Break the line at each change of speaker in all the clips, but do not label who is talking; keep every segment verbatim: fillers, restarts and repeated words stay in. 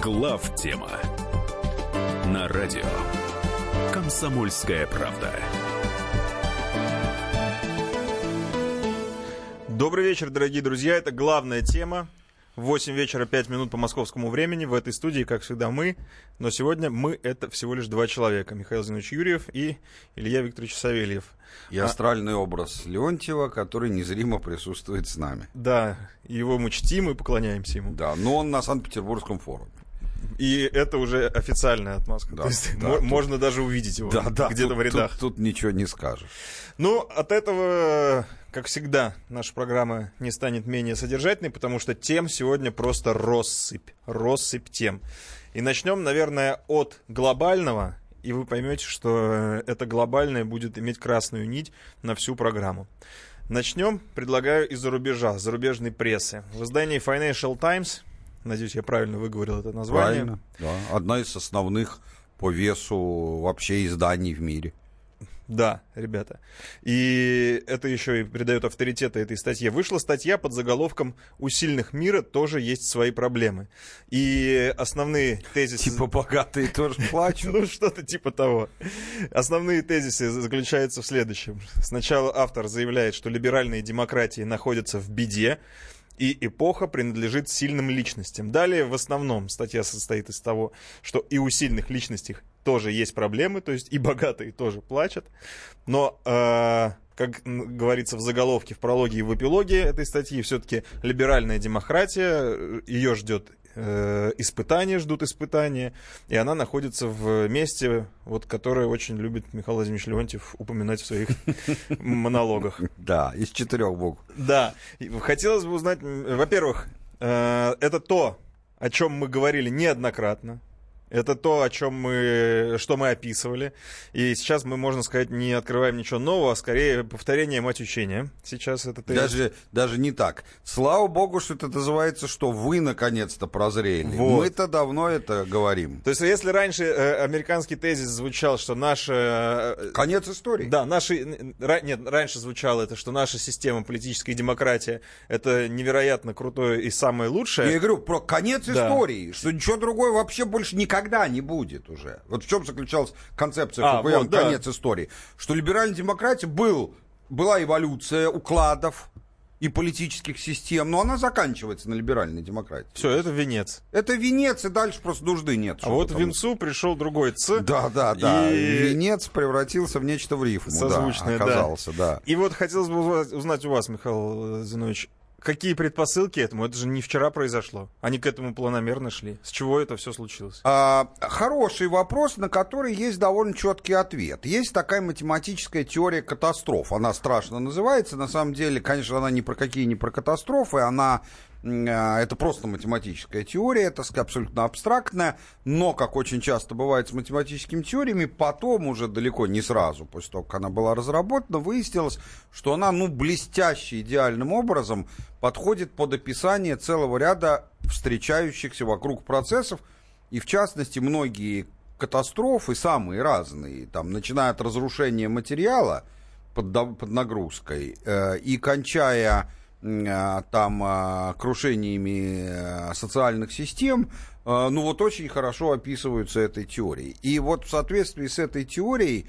Главтема на радио «Комсомольская правда».
Добрый вечер, дорогие друзья. Это главная тема. восемь вечера, пять минут по московскому времени. В этой студии, как всегда, мы. Но сегодня мы — это всего лишь два человека. Михаил Зинович Юрьев и Илья Викторович Савельев.
И астральный а... образ Леонтьева, который незримо присутствует с нами.
Да, его мы чтим и поклоняемся ему.
Да, но он на Санкт-Петербургском форуме.
И это уже официальная отмазка.
Да,
То есть
да,
мо-
тут...
можно даже увидеть его
да, да,
где-то
тут,
в рядах.
Тут, тут ничего не скажешь.
Ну, от этого, как всегда, наша программа не станет менее содержательной, потому что тем сегодня просто россыпь. Россыпь тем. И начнем, наверное, от глобального, и вы поймете, что это глобальное будет иметь красную нить на всю программу. Начнем, предлагаю, из-за рубежа, зарубежной прессы. В издании Financial Times, надеюсь, я правильно выговорил это название.
Правильно, да. Одна из основных по весу вообще изданий в мире.
Да, ребята. И это еще и придает авторитета этой статье. Вышла статья под заголовком «У сильных мира тоже есть свои проблемы». И основные тезисы...
Типа богатые тоже плачут?
Ну, что-то типа того. Основные тезисы заключаются в следующем. Сначала автор заявляет, что либеральные демократии находятся в беде, и эпоха принадлежит сильным личностям. Далее, в основном, статья состоит из того, что и у сильных личностей тоже есть проблемы, то есть и богатые тоже плачут. Но, э, как говорится в заголовке, в прологе и в эпилоге этой статьи, все-таки либеральная демократия, ее ждет э, испытания, ждут испытания, и она находится в месте, вот, которое очень любит Михаил Владимирович Леонтьев упоминать в своих монологах.
Да, из четырех букв.
Да. Хотелось бы узнать, во-первых, э, это то, о чем мы говорили неоднократно. Это то, о чем мы, что мы описывали. И сейчас мы, можно сказать, не открываем ничего нового, а скорее повторение мать учения. Сейчас это тезис.
Даже, даже не так. Слава богу, что это называется, что вы наконец-то прозрели. Вот. Мы-то давно это говорим.
То есть, если раньше э, американский тезис звучал, что наша... Э,
Конец истории.
Да, наши... Ра, нет, раньше звучало это, что наша система политической демократии это невероятно крутое и самое лучшее.
Я говорю про конец
да.
истории, что ничего другое вообще больше никогда Когда не будет уже. Вот в чем заключалась концепция
а,
ФБМ,
вот, да.
конец истории. Что либеральная демократия был, была эволюция укладов и политических систем, но она заканчивается на либеральной демократии.
Все, это венец.
Это венец, и дальше просто нужды нет.
А вот к венцу пришел другой ц.
Да, да, да.
И...
Венец превратился в нечто в рифму.
Созвучное,
да, оказался, да.
да. И вот хотелось бы узнать у вас, Михаил Зинович, какие предпосылки этому? Это же не вчера произошло. Они к этому планомерно шли. С чего это все случилось?
А, хороший вопрос, на который есть довольно четкий ответ. Есть такая математическая теория катастроф. Она страшно называется. На самом деле, конечно, она ни про какие не про катастрофы. Она... Это просто математическая теория, это абсолютно абстрактная, но, как очень часто бывает с математическими теориями, потом уже далеко не сразу, после того, как она была разработана, выяснилось, что она, ну, блестяще, идеальным образом подходит под описание целого ряда встречающихся вокруг процессов, и, в частности, многие катастрофы, самые разные, там, начиная от разрушения материала под, под нагрузкой э, и кончая... там крушениями социальных систем, ну вот очень хорошо описываются этой теорией. И вот в соответствии с этой теорией,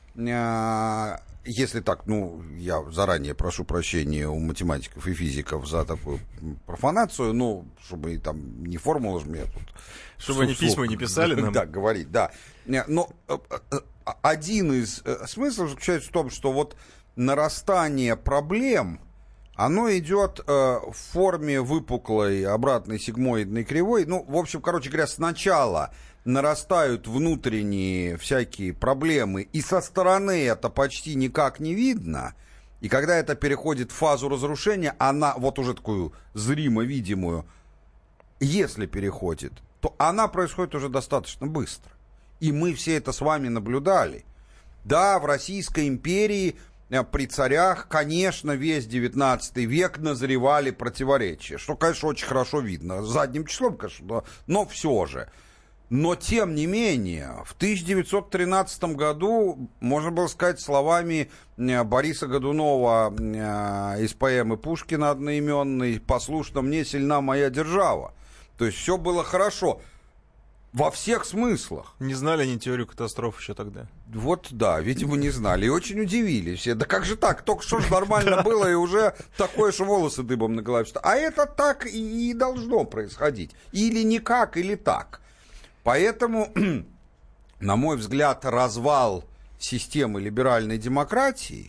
если так, ну, я заранее прошу прощения у математиков и физиков за такую профанацию, ну, чтобы там не формула же мне тут...
Чтобы они письма не писали нам.
Да, говорить, да. Но один из смыслов заключается в том, что вот нарастание проблем, оно идет э, в форме выпуклой обратной сигмоидной кривой. Ну, в общем, короче говоря, сначала нарастают внутренние всякие проблемы, и со стороны это почти никак не видно. И когда это переходит в фазу разрушения, она, вот уже такую зримо-видимую, если переходит, то она происходит уже достаточно быстро. И мы все это с вами наблюдали. Да, в Российской империи... при царях, конечно, весь девятнадцатый век назревали противоречия, что, конечно, очень хорошо видно, задним числом, конечно, но, но все же. Но, тем не менее, в тысяча девятьсот тринадцатом году, можно было сказать словами Бориса Годунова из поэмы Пушкина одноименной, «Послушно мне, сильна моя держава». То есть все было хорошо. Во всех смыслах.
Не знали они теорию катастроф еще тогда.
Вот, да, видимо, не знали. И очень удивились все. Да как же так? Только что ж нормально было, и уже такое, что волосы дыбом на голове. А это так и должно происходить. Или никак, или так. Поэтому, на мой взгляд, развал системы либеральной демократии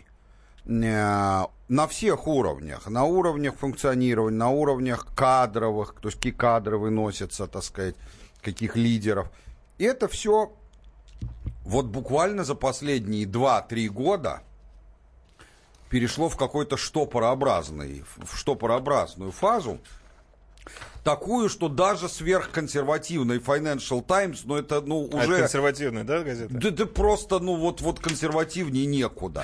на всех уровнях, на уровнях функционирования, на уровнях кадровых, то есть какие кадры выносятся, так сказать, каких лидеров. И это все вот буквально за последние два-три года перешло в какой-то штопорообразный, в штопорообразную фазу, такую, что даже сверхконсервативный Financial Times, ну это, ну, уже... А это
консервативная, да, газета?
Да, да просто, ну, вот, вот консервативнее некуда.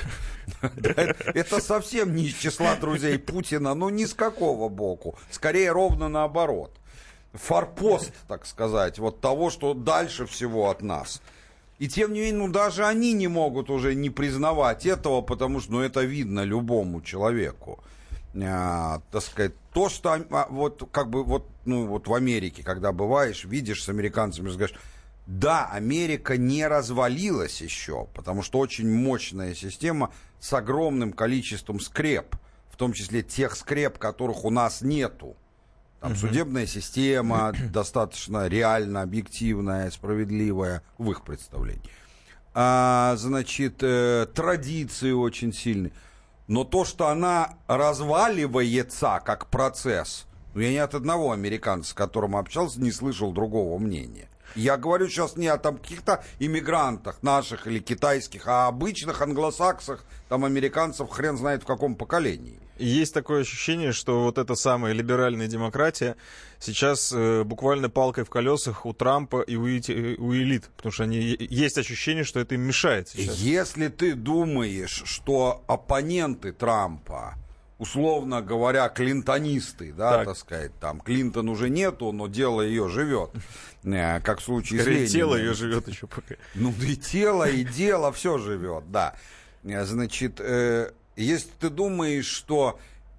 Это совсем не из числа друзей Путина, ну, ни с какого боку. Скорее, ровно наоборот. Форпост, так сказать, вот того, что дальше всего от нас. И тем не менее, ну, даже они не могут уже не признавать этого, потому что, ну, это видно любому человеку. А, так сказать, то, что а, вот как бы вот, ну, вот в Америке, когда бываешь, видишь с американцами, говоришь, да, Америка не развалилась еще, потому что очень мощная система с огромным количеством скреп, в том числе тех скреп, которых у нас нету. Там uh-huh. судебная система достаточно реально объективная, справедливая в их представлении. А, значит, э, традиции очень сильные. Но то, что она разваливается как процесс, ну, я ни от одного американца, с которым общался, не слышал другого мнения. Я говорю сейчас не о там каких-то иммигрантах наших или китайских, а о обычных англосаксах, там американцев хрен знает в каком поколении.
Есть такое ощущение, что вот эта самая либеральная демократия сейчас э, буквально палкой в колесах у Трампа и у, у элит, потому что они, есть ощущение, что это им мешает сейчас.
Если ты думаешь, что оппоненты Трампа, условно говоря, клинтонисты, да, так, так сказать, там Клинтон уже нету, но дело ее живет, как в случае с Лениным.
Тело ее живет еще пока.
Ну и тело, и дело, все живет, да. Значит, э, если ты думаешь, что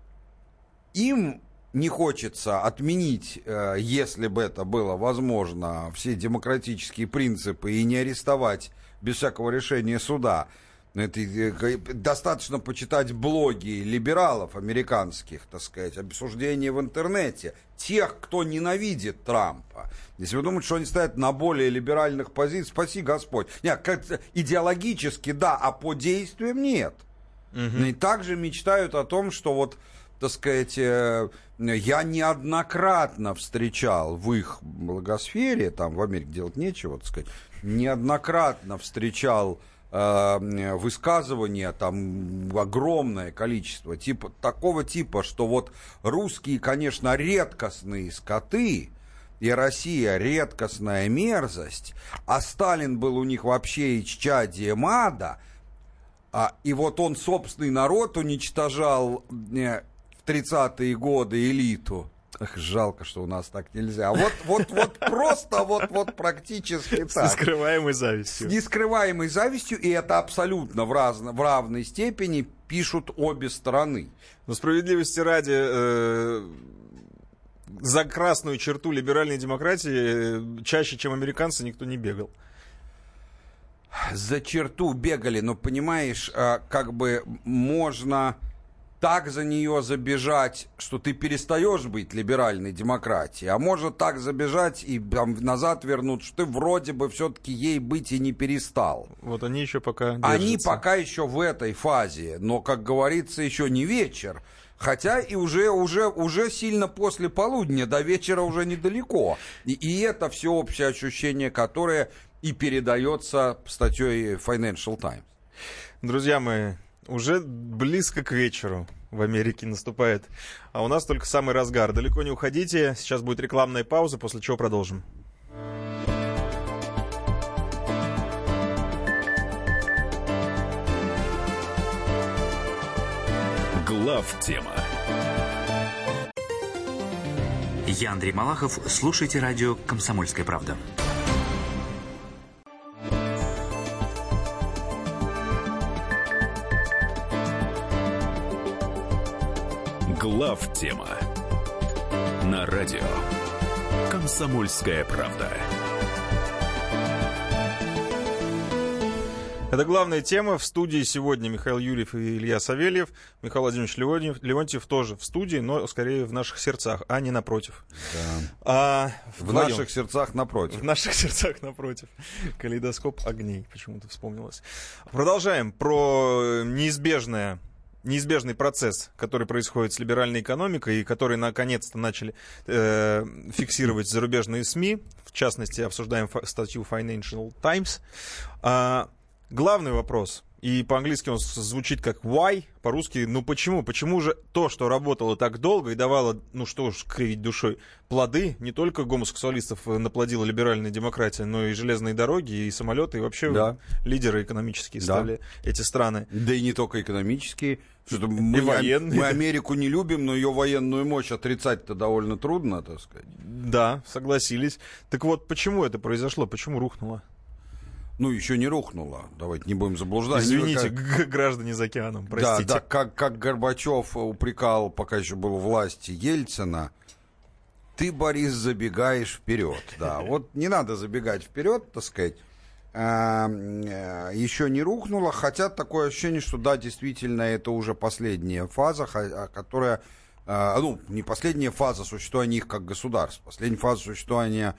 им не хочется отменить, э, если бы это было возможно, все демократические принципы и не арестовать без всякого решения суда, это, э, достаточно почитать блоги либералов американских, так сказать, обсуждения в интернете, тех, кто ненавидит Трампа. Если вы думаете, что они стоят на более либеральных позициях, спаси Господь. Нет, как идеологически да, а по действиям нет. Угу. И также мечтают о том, что вот, так сказать, я неоднократно встречал в их благосфере, там в Америке делать нечего, так сказать, неоднократно встречал э, высказывания, там огромное количество, типа, такого типа, что вот русские, конечно, редкостные скоты, и Россия редкостная мерзость, а Сталин был у них вообще исчадием ада. А, и вот он собственный народ уничтожал э, в тридцатые годы элиту. Ах, жалко, что у нас так нельзя. Вот, вот, вот просто вот, вот практически так.
С нескрываемой завистью.
С нескрываемой завистью, и это абсолютно в, разно, в равной степени пишут обе стороны.
Но справедливости ради, э, за красную черту либеральной демократии э, чаще, чем американцы, никто не бегал.
За черту бегали, но, понимаешь, как бы можно так за нее забежать, что ты перестаешь быть либеральной демократией, а можно так забежать и там, назад вернуть, что ты вроде бы все-таки ей быть и не перестал.
Вот они еще пока держатся.
Они пока еще в этой фазе, но, как говорится, еще не вечер. Хотя и уже, уже, уже сильно после полудня, до вечера уже недалеко. И, и это всеобщее ощущение, которое и передается статьей Financial Times.
Друзья мои, уже близко к вечеру в Америке наступает, а у нас только самый разгар. Далеко не уходите, сейчас будет рекламная пауза, после чего продолжим.
Главтема.
Я Андрей Малахов. Слушайте радио «Комсомольская правда».
Главтема. На радио «Комсомольская правда».
Это главная тема. В студии сегодня Михаил Юрьев и Илья Савельев. Михаил Владимирович Леонтьев, Леонтьев тоже в студии, но скорее в наших сердцах, а не напротив.
Да.
А,
в наших сердцах напротив.
В наших сердцах напротив. Калейдоскоп огней, почему-то вспомнилось. Продолжаем про неизбежное... неизбежный процесс, который происходит с либеральной экономикой и который наконец-то начали э, фиксировать зарубежные СМИ. В частности, обсуждаем фа- статью Financial Times. А, главный вопрос, и по-английски он звучит как why, по-русски, ну почему? Почему же то, что работало так долго и давало, ну что уж кривить душой, плоды, не только гомосексуалистов наплодила либеральная демократия, но и железные дороги, и самолеты, и вообще
да.
лидеры экономические
да.
стали эти страны.
Да и не только экономические. Что мы,
военные.
Мы Америку не любим, но ее военную мощь отрицать-то довольно трудно, так сказать.
Да, согласились. Так вот, почему это произошло? Почему рухнуло?
Ну, еще не рухнуло. Давайте не будем заблуждать.
Извините,
как...
г- граждане за океаном, простите.
Да, да, как, как Горбачев упрекал, пока еще был у власти, Ельцина, ты, Борис, забегаешь вперед. Да, вот не надо забегать вперед, так сказать. Еще не рухнуло, хотя такое ощущение, что да, действительно, это уже последняя фаза, которая, ну, не последняя фаза существования их как государств, последняя фаза существования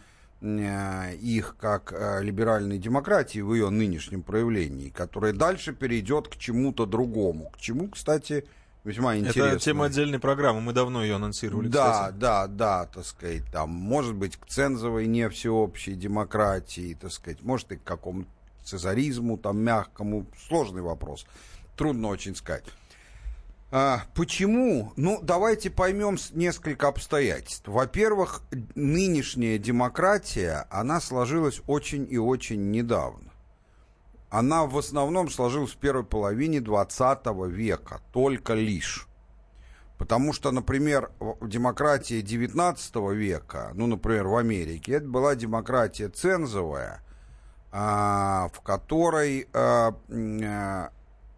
их как либеральной демократии в ее нынешнем проявлении, которая дальше перейдет к чему-то другому. К чему, кстати, весьма интересно.
Это тема отдельной программы, мы давно ее анонсировали.
Да,
кстати.
да, да, так сказать, там, может быть, к цензовой не всеобщей демократии, так сказать, может и к какому-то цезаризму, там, мягкому, сложный вопрос, трудно очень сказать. А, почему? Ну, давайте поймем несколько обстоятельств. Во-первых, нынешняя демократия, она сложилась очень и очень недавно. Она в основном сложилась в первой половине двадцатого века, только лишь. Потому что, например, демократия девятнадцатого века, ну, например, в Америке, это была демократия цензовая, а, в которой а, а,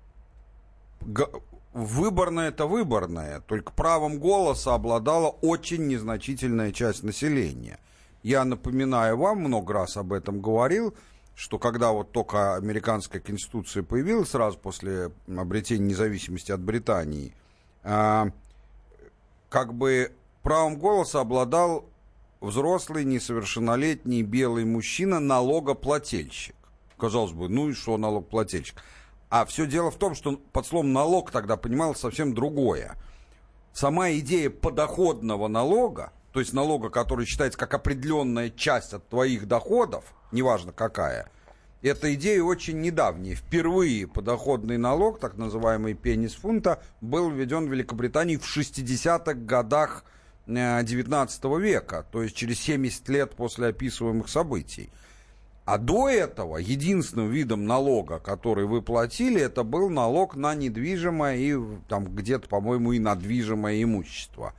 г- выборное это выборное, только правом голоса обладала очень незначительная часть населения. Я напоминаю вам, много раз об этом говорил, что когда вот только американская конституция появилась, сразу после обретения независимости от Британии, а, как бы правом голоса обладал взрослый, несовершеннолетний белый мужчина, налогоплательщик. Казалось бы, ну и что налогоплательщик? А все дело в том, что под словом налог тогда понималось совсем другое. Сама идея подоходного налога, то есть налога, который считается как определенная часть от твоих доходов, неважно какая, эта идея очень недавняя. Впервые подоходный налог, так называемый пенни с фунта, был введен в Великобритании в шестидесятых годах девятнадцатого века, то есть через семьдесят лет после описываемых событий. А до этого единственным видом налога, который вы платили, это был налог на недвижимое и там где-то, по-моему, и на движимое имущество.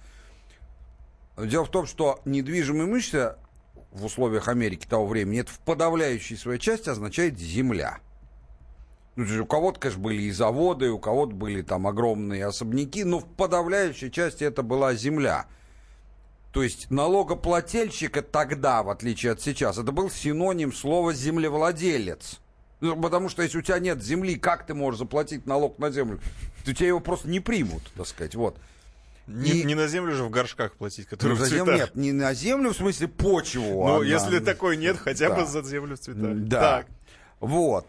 Дело в том, что недвижимое имущество в условиях Америки того времени, это в подавляющей своей части означает земля. Ну, у кого-то, конечно, были и заводы, у кого-то были там огромные особняки, но в подавляющей части это была земля. То есть налогоплательщик тогда, в отличие от сейчас, это был синоним слова землевладелец. Ну, потому что если у тебя нет земли, как ты можешь заплатить налог на землю? То тебя его просто не примут, так сказать, вот.
Не,
и...
не на землю же в горшках платить, которые
ну,
в цветах.
Нет, не на землю, в смысле почву.
Ну,
она...
если такой нет, хотя
да.
бы за землю в цветах.
Да.
Так.
Вот.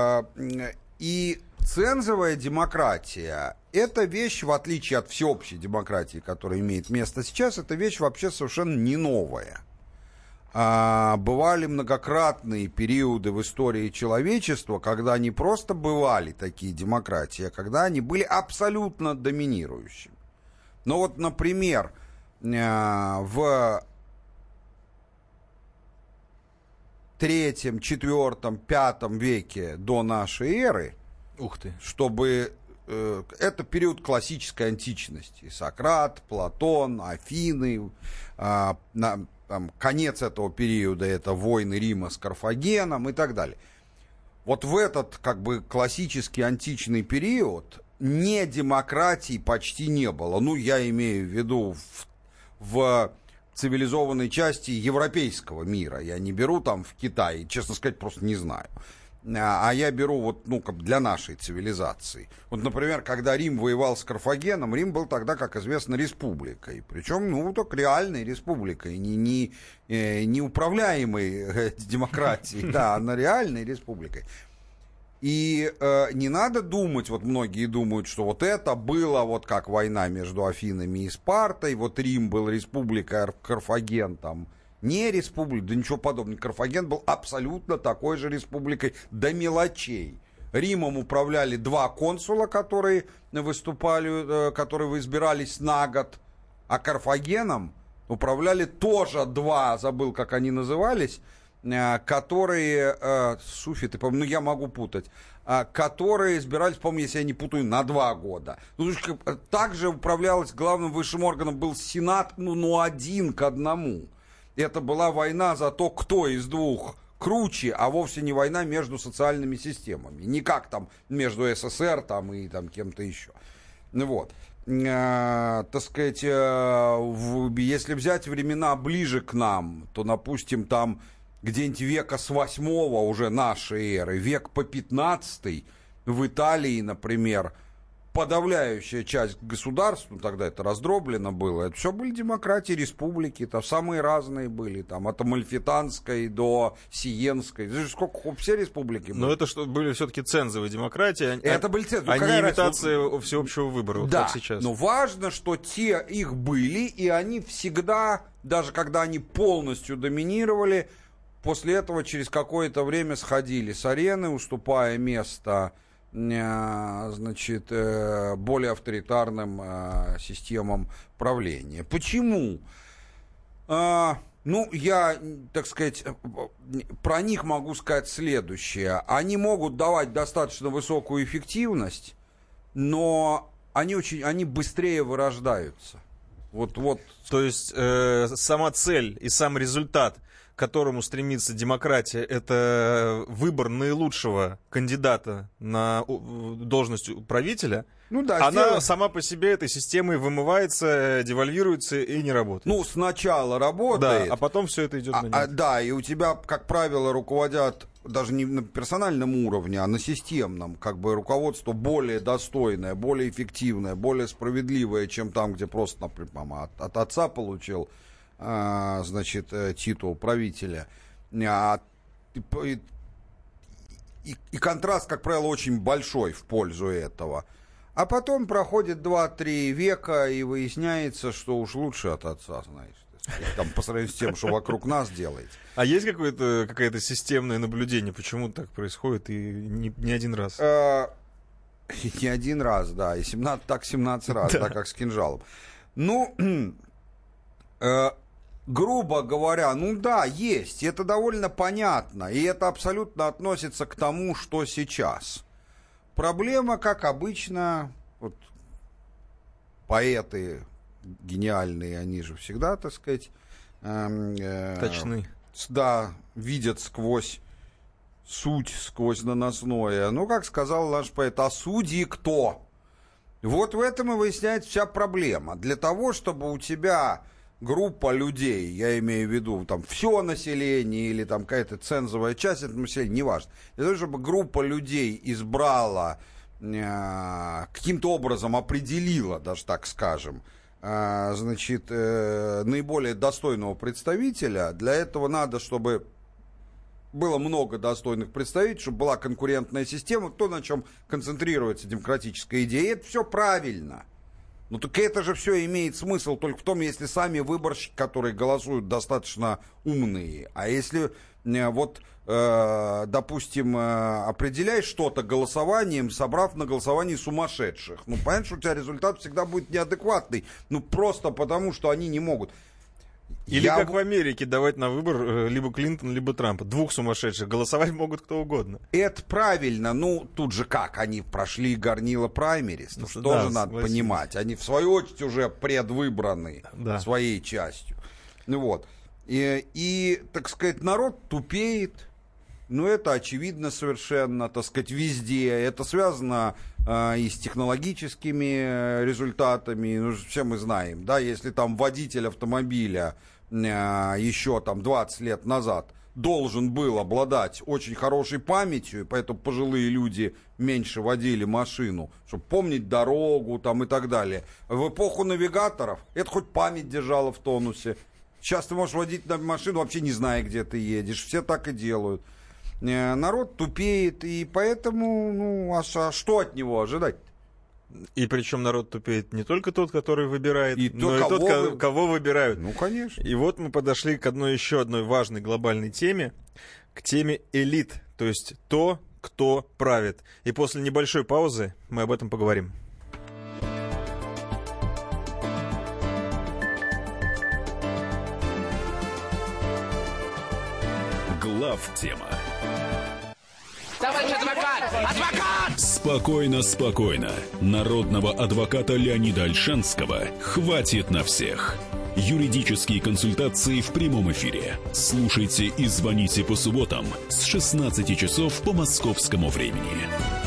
И цензовая демократия — это вещь, в отличие от всеобщей демократии, которая имеет место сейчас, это вещь вообще совершенно не новая. А, бывали многократные периоды в истории человечества, когда не просто бывали такие демократии, а когда они были абсолютно доминирующими. Ну вот, например, в третьем, четвертом, пятом веке до нашей эры,
Ух ты.
чтобы э, это период классической античности. Сократ, Платон, Афины. Э, на, там, конец этого периода — это войны Рима с Карфагеном и так далее. Вот в этот как бы классический античный период не демократии почти не было. Ну, я имею в виду в, в цивилизованной части европейского мира. Я не беру там в Китае, честно сказать, просто не знаю. А я беру вот, ну, как для нашей цивилизации. Вот, например, когда Рим воевал с Карфагеном, Рим был тогда, как известно, республикой. Причем, ну, так реальной республикой, не, не, не управляемой демократией, да, а реальной республикой. И э, не надо думать, вот многие думают, что вот это было вот как война между Афинами и Спартой, вот Рим был республикой, а Карфаген там не республика, да ничего подобного. Карфаген был абсолютно такой же республикой до мелочей. Римом управляли два консула, которые выступали, которые избирались на год, а Карфагеном управляли тоже два, забыл, как они назывались, которые, суфиты, ну я могу путать, которые избирались, по-моему, если я не путаю, на два года. Ну, также управлялось, главным высшим органом был Сенат, ну, ну один к одному. Это была война за то, кто из двух круче, а вовсе не война между социальными системами. Не как там между СССР там, и там, кем-то еще. Вот. Э, так сказать, э, в, если взять времена ближе к нам, то, допустим, там где-нибудь века с восьмого уже нашей эры, век по пятнадцатый в Италии, например, подавляющая часть государств, ну, тогда это раздроблено было, это все были демократии, республики, там самые разные были, там от Амальфитанской до Сиенской, сколько, все республики были.
Но это что, были все-таки цензовые демократии,
это а, были цензовые,
а не имитация разница? Всеобщего выбора, вот
да,
как сейчас.
Но важно, что те их были, и они всегда, даже когда они полностью доминировали, после этого через какое-то время сходили с арены, уступая место, значит, более авторитарным системам правления. Почему? Ну, я, так сказать, про них могу сказать следующее. Они могут давать достаточно высокую эффективность, но они очень, они быстрее вырождаются. Вот, вот.
То есть э, сама цель и сам результат, к которому стремится демократия, это выбор наилучшего кандидата на должность правителя,
ну, да,
она
сделать...
сама по себе этой системой вымывается, девальвируется и не работает.
Ну, сначала работает.
Да, а потом все это идет
а,
на нет.
А, да, и у тебя, как правило, руководят даже не на персональном уровне, а на системном, как бы руководство более достойное, более эффективное, более справедливое, чем там, где просто, например, мама от, от отца получил, а, значит, титул правителя. А, и, и, и контраст, как правило, очень большой в пользу этого. А потом проходит два-три века, и выясняется, что уж лучше от отца, знаешь. Там, по сравнению с тем, что вокруг нас делается.
А есть какое-то, какое-то системное наблюдение, почему так происходит, и не, не один раз?
Не один раз, да, и семнадцать, так семнадцать раз, да, как с кинжалом. Ну, э, грубо говоря, ну да, есть, это довольно понятно, и это абсолютно относится к тому, что сейчас. Проблема, как обычно, вот, поэты гениальные, они же всегда, так сказать, э, э,
точны.
Да, видят сквозь суть, сквозь наносное. Ну, как сказал наш поэт, а судьи кто? Вот в этом и выясняется вся проблема. Для того, чтобы у тебя группа людей, я имею в виду там все население или там какая-то цензовая часть этого населения, неважно. Для того, чтобы группа людей избрала, э, каким-то образом определила, даже так скажем, э, значит, э, наиболее достойного представителя, для этого надо, чтобы было много достойных представителей, чтобы была конкурентная система, то, на чем концентрируется демократическая идея. И это все правильно. Ну так это же все имеет смысл только в том, если сами выборщики, которые голосуют, достаточно умные. А если э, вот, э, допустим, э, определяешь что-то голосованием, собрав на голосовании сумасшедших, ну понятно, что у тебя результат всегда будет неадекватный. Ну просто потому, что они не могут.
Или
Я...
как в Америке давать на выбор либо Клинтон, либо Трампа. Двух сумасшедших. Голосовать могут кто угодно.
Это правильно. Ну, тут же как? Они прошли горнило праймериз. Ну, что
да,
тоже надо понимать. Они, в свою очередь, уже предвыбраны да. своей частью. Ну, вот. И, и, так сказать, народ тупеет. Ну, это очевидно совершенно, так сказать, везде. Это связано э, и с технологическими результатами. Ну, все мы знаем, да, если там водитель автомобиля э, еще там двадцать лет назад должен был обладать очень хорошей памятью, и поэтому пожилые люди меньше водили машину, чтобы помнить дорогу там, и так далее. В эпоху навигаторов это хоть память держала в тонусе. Сейчас ты можешь водить машину, вообще не зная, где ты едешь. Все так и делают. Народ тупеет, и поэтому, ну, а что от него ожидать?
И причем народ тупеет не только тот, который выбирает,
и
но
то,
и тот, вы... кого выбирают.
Ну, конечно.
И вот мы подошли к одной еще одной важной глобальной теме, к теме элит, то есть то, кто правит. И после небольшой паузы мы об этом поговорим.
Главтема.
Товарищ адвокат! Адвокат!
Спокойно, спокойно. Народного адвоката Леонида Ольшанского хватит на всех. Юридические консультации в прямом эфире. Слушайте и звоните по субботам с шестнадцати часов по московскому времени.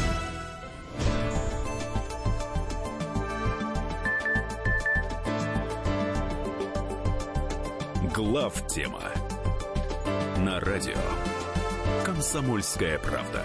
Главтема. На радио «Комсомольская правда».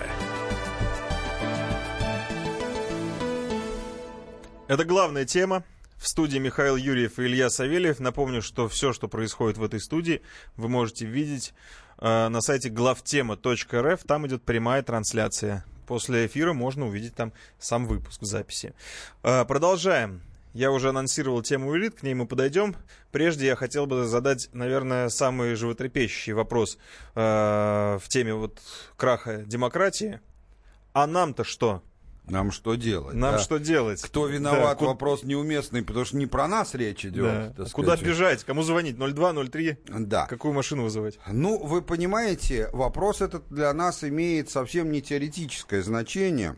Это главная тема. В студии Михаил Юрьев и Илья Савельев. Напомню, что все, что происходит в этой студии, вы можете видеть э, на сайте главтема точка эр эф. Там идет прямая трансляция. После эфира можно увидеть там сам выпуск в записи. Э, продолжаем. Я уже анонсировал тему элит, к ней мы подойдем. Прежде я хотел бы задать, наверное, самый животрепещущий вопрос э, в теме вот краха демократии. А нам-то что?
Нам что делать?
Нам
да?
что делать?
Кто виноват?
Да,
вопрос неуместный, потому что не про нас речь идет.
Да. Куда бежать? Кому звонить? ноль два ноль три?
Да.
Какую машину вызывать?
Ну, вы понимаете, вопрос этот для нас имеет совсем не теоретическое значение.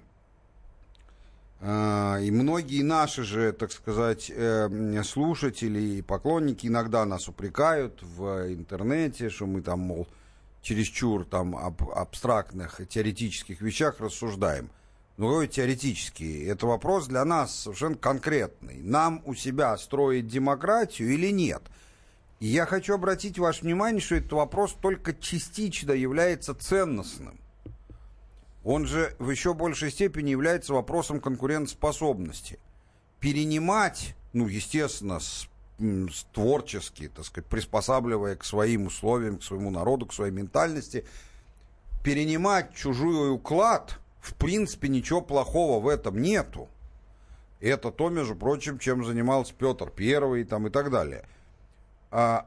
И многие наши же, так сказать, слушатели и поклонники иногда нас упрекают в интернете, что мы там, мол, чересчур там об абстрактных теоретических вещах рассуждаем. Ну, какой теоретический? Это вопрос для нас совершенно конкретный. Нам у себя строить демократию или нет? И я хочу обратить ваше внимание, что этот вопрос только частично является ценностным. Он же в еще большей степени является вопросом конкурентоспособности. Перенимать, ну, естественно, с, с творчески, так сказать, приспосабливая к своим условиям, к своему народу, к своей ментальности, перенимать чужой уклад, в принципе, ничего плохого в этом нету. Это то, между прочим, чем занимался Петр Первый там, и так далее. А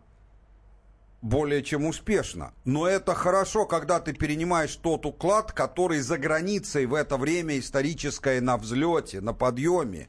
более чем успешно. Но это хорошо, когда ты перенимаешь тот уклад, который за границей в это время историческое на взлете, на подъеме.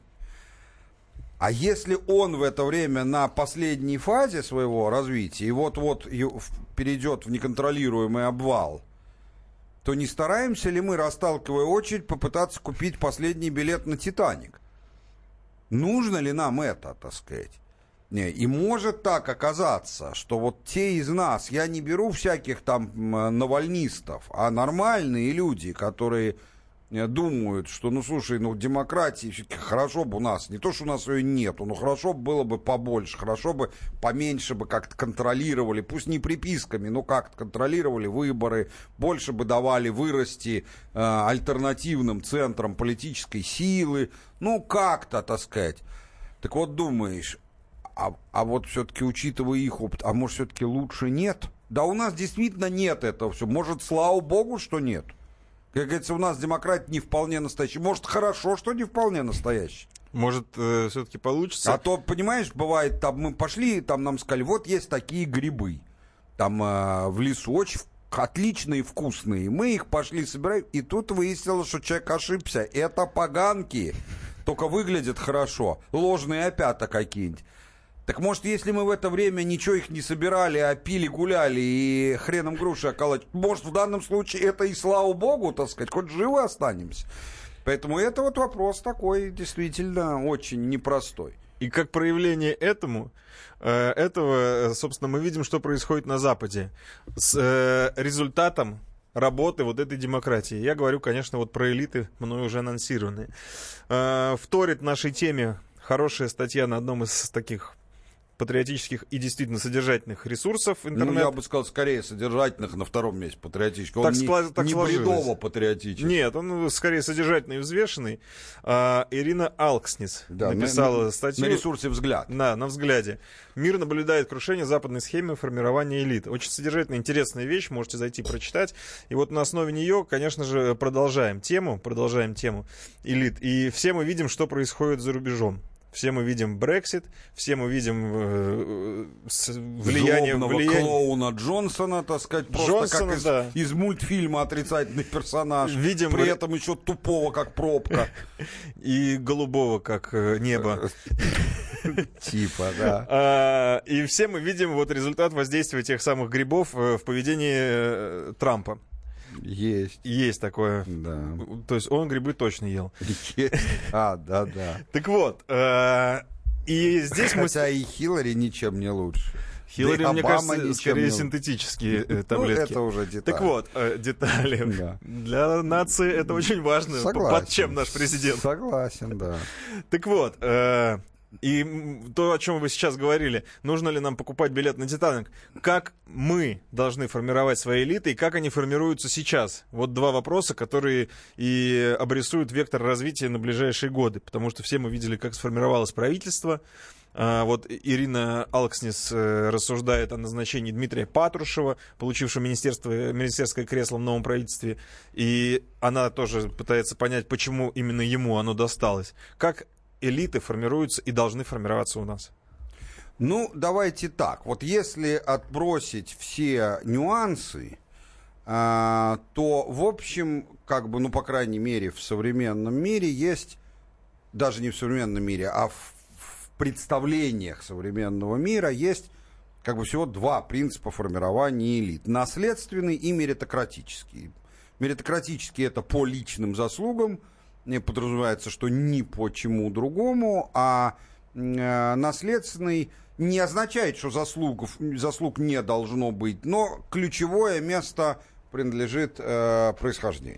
А если он в это время на последней фазе своего развития и вот-вот перейдет в неконтролируемый обвал, то не стараемся ли мы, расталкивая очередь, попытаться купить последний билет на «Титаник»? Нужно ли нам это, так сказать? Не, и может так оказаться, что вот те из нас, я не беру всяких там навальнистов, а нормальные люди, которые думают, что, ну, слушай, ну, демократии все-таки хорошо бы у нас, не то, что у нас ее нету, но хорошо бы было бы побольше, хорошо бы поменьше бы как-то контролировали, пусть не приписками, но как-то контролировали выборы, больше бы давали вырасти э, альтернативным центрам политической силы, ну, как-то, так сказать. Так вот, думаешь, а, а вот все-таки, учитывая их опыт, а может, все-таки лучше нет? Да у нас действительно нет этого всего, может, слава богу, что нет. Как говорится, у нас демократия не вполне настоящая. Может, хорошо, что не вполне настоящая.
Может, э, все-таки получится.
А то, понимаешь, бывает, там мы пошли, там нам сказали, вот есть такие грибы. Там э, в лесу очень отличные, вкусные. Мы их пошли собирать, и тут выяснилось, что человек ошибся. Это поганки, только выглядят хорошо. Ложные опята какие-нибудь. Так может, если мы в это время ничего их не собирали, а пили, гуляли и хреном груши околоть, может, в данном случае это и слава богу, так сказать, хоть живы останемся. Поэтому это вот вопрос такой действительно очень непростой.
И как проявление этому, этого, собственно, мы видим, что происходит на Западе с результатом работы вот этой демократии. Я говорю, конечно, вот про элиты, мною уже анонсированные. Вторит нашей теме хорошая статья на одном из таких патриотических и действительно содержательных ресурсов интернет.
Ну, я бы сказал, скорее содержательных, на втором месте патриотических. Он
Так
не,
скла- так
не бредово-патриотический.
Нет, он скорее содержательный и взвешенный. А, Ирина Алкснис
да,
написала
на,
статью.
На ресурсе «Взгляд».
Да, на «Взгляде». Мир наблюдает крушение западной схемы формирования элит. Очень содержательная, интересная вещь, можете зайти прочитать. И вот на основе нее, конечно же, продолжаем тему, продолжаем тему элит. И все мы видим, что происходит за рубежом. Все мы видим Брексит, все мы видим э, влияние...
Злобного
влияние...
клоуна Джонсона, так сказать, просто
Джонсона,
как из,
да.
из мультфильма «Отрицательный персонаж».
Видим...
При этом еще тупого, как пробка.
И голубого, как небо.
Типа, да.
И все мы видим вот результат воздействия тех самых грибов в поведении Трампа.
Есть.
Есть такое.
Да.
То есть он грибы точно ел.
Есть. А, да, да.
Так вот, э, и здесь мы...
Хотя и Хиллари ничем не лучше.
Хиллари,
да
мне
Обама
кажется, скорее не... синтетические э, таблетки.
Ну, это уже детали.
Так вот, э, детали.
Да.
Для нации это очень важно.
Согласен.
Под чем наш президент.
Согласен, да.
Так вот, э, и то, о чем вы сейчас говорили, нужно ли нам покупать билет на «Титаник», как мы должны формировать свои элиты и как они формируются сейчас? Вот два вопроса, которые и обрисуют вектор развития на ближайшие годы, потому что все мы видели, как сформировалось правительство. А, вот Ирина Алкснис э, рассуждает о назначении Дмитрия Патрушева, получившего министерство, министерское кресло в новом правительстве, и она тоже пытается понять, почему именно ему оно досталось. Как элиты формируются и должны формироваться у нас?
Ну, давайте так. Вот если отбросить все нюансы, а, то, в общем, как бы, ну, по крайней мере, в современном мире есть, даже не в современном мире, а в, в представлениях современного мира есть, как бы, всего два принципа формирования элит. Наследственный и меритократический. Меритократический — это по личным заслугам, не подразумевается, что ни по чему другому, а э, наследственный не означает, что заслуг, заслуг не должно быть, но ключевое место принадлежит э, происхождению.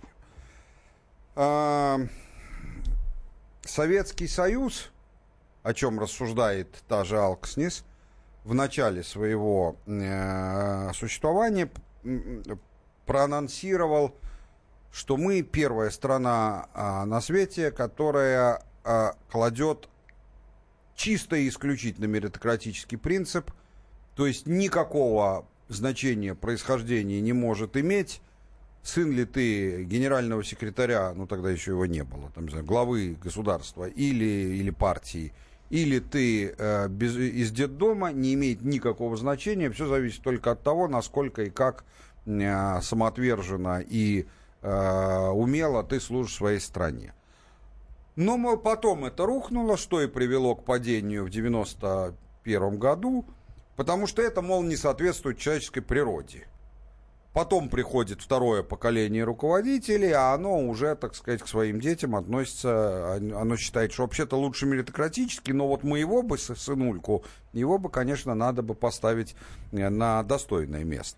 Э, Советский Союз, о чем рассуждает та же Алкснис, в начале своего э, существования проанонсировал, что мы первая страна а, на свете, которая а, кладет чисто и исключительно меритократический принцип, то есть никакого значения происхождения не может иметь, сын ли ты генерального секретаря, ну тогда еще его не было, там, не знаю, главы государства или, или партии, или ты э, без, из детдома, не имеет никакого значения, все зависит только от того, насколько и как э, самоотверженно и умело ты служишь своей стране. Но, мол, потом это рухнуло, что и привело к падению в девяносто первом году, потому что это, мол, не соответствует человеческой природе. Потом приходит второе поколение руководителей, а оно уже, так сказать, к своим детям относится, оно считает, что вообще-то лучше меритократически, но вот моего бы сынульку, его бы, конечно, надо бы поставить на достойное место.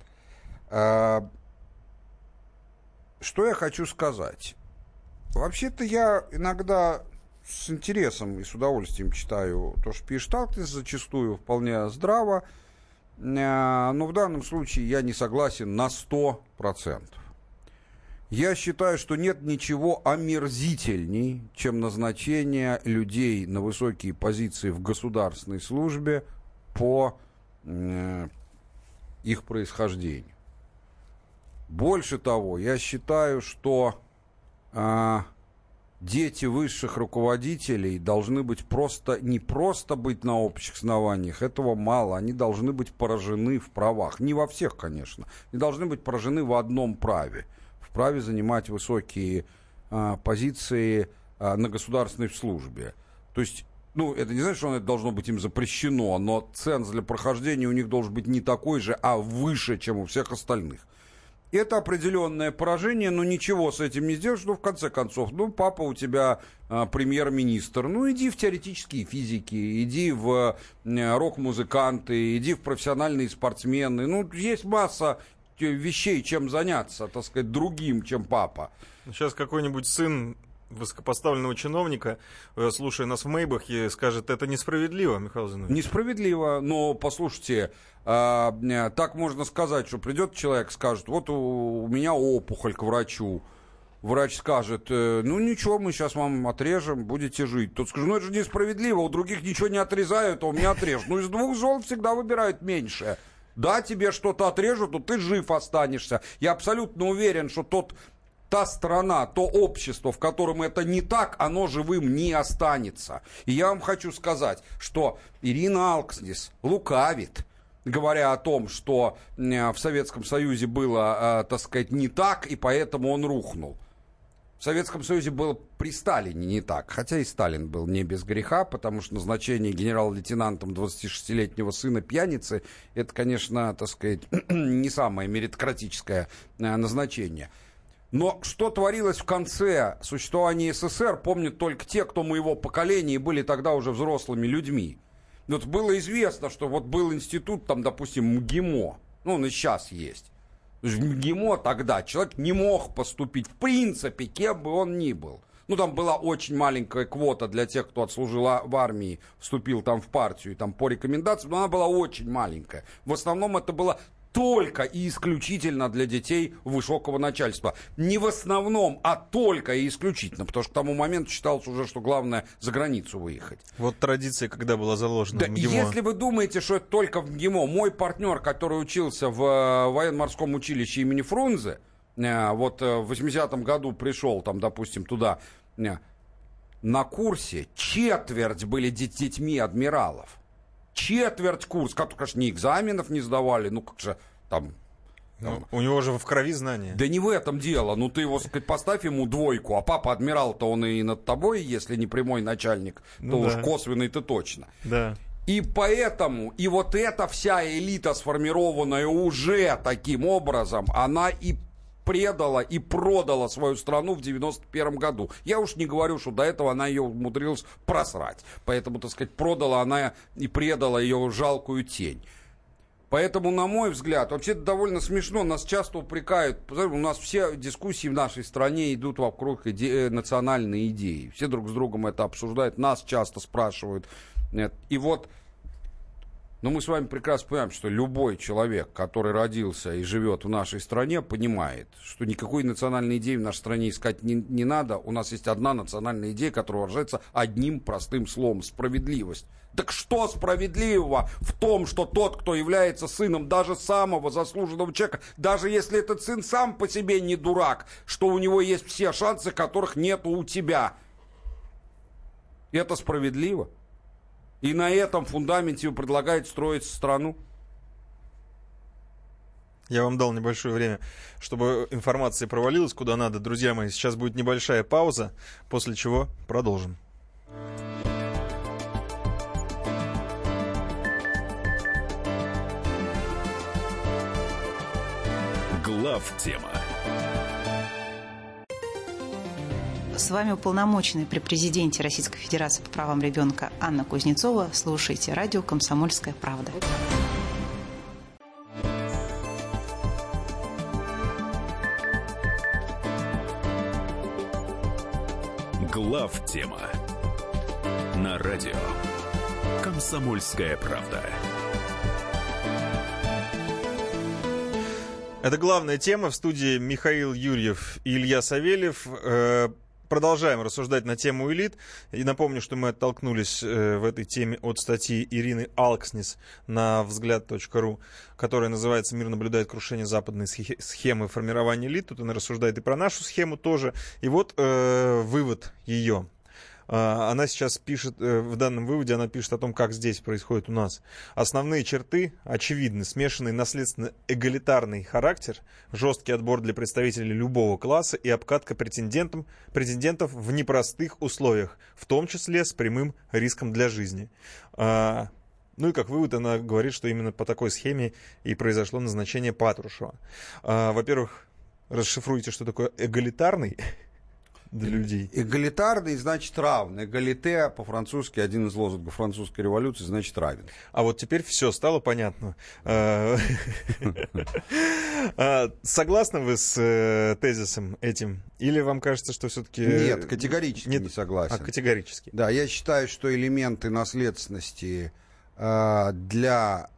Что я хочу сказать? Вообще-то я иногда с интересом и с удовольствием читаю то, что пишет Алкснис, зачастую вполне здраво, но в данном случае я не согласен на сто процентов. Я считаю, что нет ничего омерзительней, чем назначение людей на высокие позиции в государственной службе по э, их происхождению. Больше того, я считаю, что э, дети высших руководителей должны быть просто, не просто быть на общих основаниях, этого мало, они должны быть поражены в правах. Не во всех, конечно. Они должны быть поражены в одном праве. В праве занимать высокие э, позиции э, на государственной службе. То есть, ну, это не значит, что это должно быть им запрещено, но ценз для прохождения у них должен быть не такой же, а выше, чем у всех остальных. Это определенное поражение, но ничего с этим не сделаешь. Ну, в конце концов, ну, папа у тебя а, премьер-министр. Ну, иди в теоретические физики, иди в а, рок-музыканты, иди в профессиональные спортсмены. Ну, есть масса вещей, чем заняться, так сказать, другим, чем папа.
Сейчас какой-нибудь сын высокопоставленного чиновника, слушая нас в Мейбахе, скажет, это несправедливо, Михаил Зиновьевич.
Несправедливо, но послушайте, э, так можно сказать, что придет человек, скажет, вот у, у меня опухоль к врачу. Врач скажет, э, ну ничего, мы сейчас вам отрежем, будете жить. Тот скажет, ну это же несправедливо, у других ничего не отрезают, а у меня отрежут. Ну из двух зол всегда выбирают меньшее. Да, тебе что-то отрежут, но ты жив останешься. Я абсолютно уверен, что тот... Та страна, то общество, в котором это не так, оно живым не останется. И я вам хочу сказать, что Ирина Алкснис лукавит, говоря о том, что в Советском Союзе было, так сказать, не так, и поэтому он рухнул. В Советском Союзе было при Сталине не так, хотя и Сталин был не без греха, потому что назначение генерал-лейтенантом двадцатишестилетнего сына пьяницы, это, конечно, так сказать, не самое меритократическое назначение. Но что творилось в конце существования СССР, помнят только те, кто моего поколения и были тогда уже взрослыми людьми. Вот было известно, что вот был институт, там, допустим, МГИМО, ну, он и сейчас есть. В МГИМО тогда человек не мог поступить, в принципе, кем бы он ни был. Ну, там была очень маленькая квота для тех, кто отслужил в армии, вступил там в партию, там, по рекомендациям, но она была очень маленькая. В основном это было... только и исключительно для детей высокого начальства. Не в основном, а только и исключительно, потому что к тому моменту считалось уже, что главное за границу выехать.
Вот традиция, когда была заложена
Да,
в МГИМО.
Если вы думаете, что это только в МГИМО, мой партнер, который учился в военно-морском училище имени Фрунзе, вот в восьмидесятом году пришел, там, допустим, туда, на курсе четверть были детьми адмиралов. Четверть курс, которые, конечно, ни экзаменов не сдавали, ну как же там...
Ну, у него же в крови знания.
Да не в этом дело, ну ты его, сказать, поставь ему двойку, а папа адмирал-то он и над тобой, если не прямой начальник,
ну,
то
да.
уж косвенный-то точно.
Да.
И поэтому, и вот эта вся элита, сформированная уже таким образом, она и предала и продала свою страну в девяносто первом году. Я уж не говорю, что до этого она ее умудрилась просрать. Поэтому, так сказать, продала она и предала ее жалкую тень. Поэтому, на мой взгляд, вообще это довольно смешно. Нас часто упрекают. У нас все дискуссии в нашей стране идут вокруг иде- национальной идеи. Все друг с другом это обсуждают. Нас часто спрашивают. И вот... Но мы с вами прекрасно понимаем, что любой человек, который родился и живет в нашей стране, понимает, что никакой национальной идеи в нашей стране искать не, не надо. У нас есть одна национальная идея, которая выражается одним простым словом – справедливость. Так что справедливого в том, что тот, кто является сыном даже самого заслуженного человека, даже если этот сын сам по себе не дурак, что у него есть все шансы, которых нету у тебя? Это справедливо? И на этом фундаменте вы предлагаете строить страну?
Я вам дал небольшое время, чтобы информация провалилась куда надо. Друзья мои, сейчас будет небольшая пауза, после чего продолжим.
Главтема.
С вами уполномоченный при президенте Российской Федерации по правам ребенка Анна Кузнецова. Слушайте радио «Комсомольская правда».
Главтема. На радио «Комсомольская правда».
Это главная тема. В студии Михаил Юрьев и Илья Савельев. Продолжаем рассуждать на тему элит. И напомню, что мы оттолкнулись в этой теме от статьи Ирины Алкснис на взгляд точка ру, которая называется «Мир наблюдает крушение западной схемы формирования элит». Тут она рассуждает и про нашу схему тоже. И вот э, вывод ее. Она сейчас пишет, в данном выводе она пишет о том, как здесь происходит у нас. Основные черты очевидны. Смешанный наследственно-эгалитарный характер, жесткий отбор для представителей любого класса и обкатка претендентов, претендентов в непростых условиях, в том числе с прямым риском для жизни. Ну и как вывод она говорит, что именно по такой схеме и произошло назначение Патрушева. Во-первых, расшифруйте, что такое эгалитарный. до людей.
Эгалитарный значит равный. Эгалите по-французски, один из лозунгов французской революции, значит равен.
А вот теперь все стало понятно. Согласны вы с тезисом этим? Или вам кажется, что все-таки...
Нет, категорически не согласен.
А, категорически.
Да, я считаю, что элементы наследственности для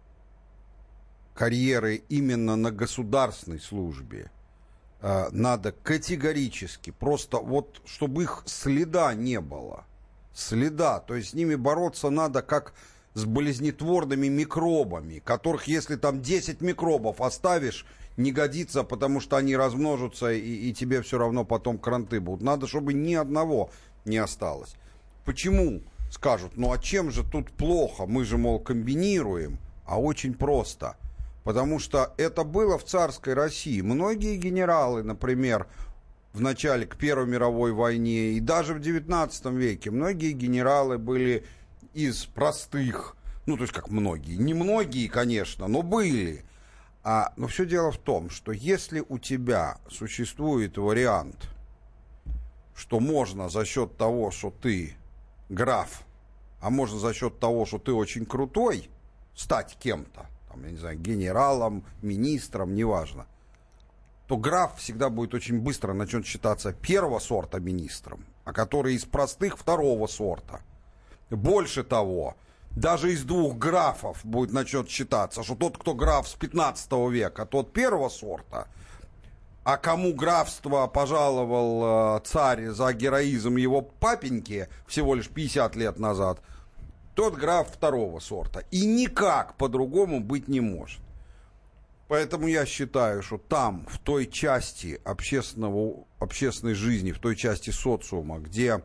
карьеры именно на государственной службе надо категорически, просто вот, чтобы их следа не было. Следа, то есть с ними бороться надо как с болезнетворными микробами, которых, если там десять микробов оставишь, не годится, потому что они размножатся, и, и тебе все равно потом кранты будут. Надо, чтобы ни одного не осталось. Почему? Скажут, ну а чем же тут плохо? Мы же, мол, комбинируем. А очень просто. Потому что это было в царской России. Многие генералы, например, в начале к Первой мировой войне и даже в девятнадцатом веке, многие генералы были из простых, ну, то есть как многие, не многие, конечно, но были. А, но все дело в том, что если у тебя существует вариант, что можно за счет того, что ты граф, а можно за счет того, что ты очень крутой, стать кем-то, там, я не знаю, генералом, министром, неважно, то граф всегда будет очень быстро начнет считаться первого сорта министром, а который из простых второго сорта. Больше того, даже из двух графов будет начнет считаться, что тот, кто граф с пятнадцатого века, тот первого сорта, а кому графство пожаловал э, царь за героизм его папеньки всего лишь пятьдесят лет назад, тот граф второго сорта. И никак по-другому быть не может. Поэтому я считаю, что там, в той части общественного, общественной жизни, в той части социума, где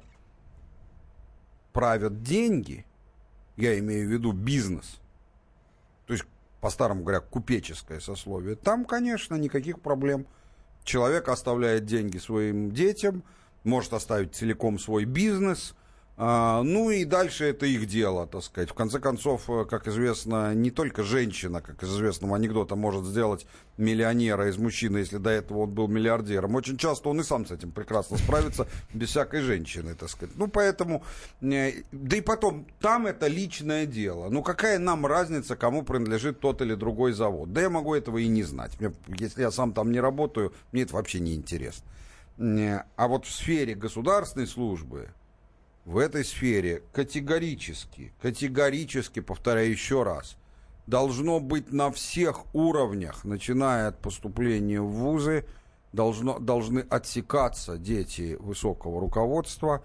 правят деньги, я имею в виду бизнес, то есть, по-старому говоря, купеческое сословие, там, конечно, никаких проблем. Человек оставляет деньги своим детям, может оставить целиком свой бизнес, а, ну и дальше это их дело, так сказать. В конце концов, как известно, не только женщина, как из известного анекдота, может сделать миллионера из мужчины, если до этого он был миллиардером. Очень часто он и сам с этим прекрасно справится, без всякой женщины, так сказать. Ну, поэтому, да и потом, там это личное дело. Ну, какая нам разница, кому принадлежит тот или другой завод? Да я могу этого и не знать. Мне, если я сам там не работаю, мне это вообще не интересно. А вот в сфере государственной службы, в этой сфере категорически, категорически, повторяю еще раз, должно быть на всех уровнях, начиная от поступления в вузы, должно, должны отсекаться дети высокого руководства.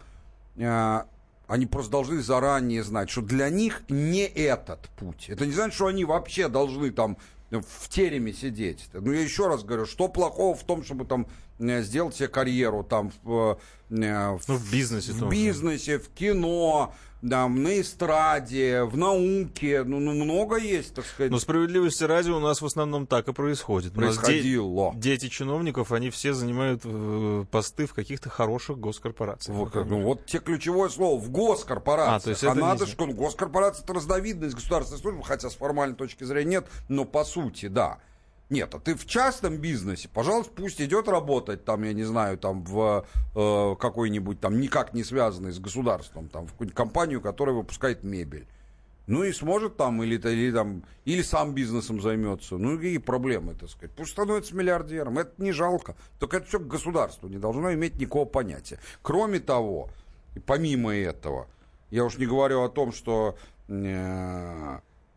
Они просто должны заранее знать, что для них не этот путь. Это не значит, что они вообще должны там в тереме сидеть. Ну, я еще раз говорю, что плохого в том, чтобы там сделать себе карьеру там в, в,
ну, в бизнесе,
в, бизнесе, в кино, там, на эстраде, в науке. Ну, ну, много есть, так сказать.
Но справедливости ради у нас в основном так и происходит.
Происходило.
Де- дети чиновников, они все занимают э, посты в каких-то хороших госкорпорациях.
Вот, ну, вот те ключевое слово, в госкорпорациях. А, то есть а надо, что ну, госкорпорация — это разновидность государственной службы, хотя с формальной точки зрения нет, но по сути, да. Нет, а ты в частном бизнесе, пожалуйста, пусть идет работать, там, я не знаю, там, в э, какой-нибудь, там, никак не связанный с государством, там, в какую-нибудь компанию, которая выпускает мебель. Ну и сможет там, или, или, там, или сам бизнесом займется. Ну и проблемы, так сказать. Пусть становится миллиардером, это не жалко. Только это все к государству не должно иметь никакого понятия. Кроме того, и помимо этого, я уж не говорю о том, что... Э,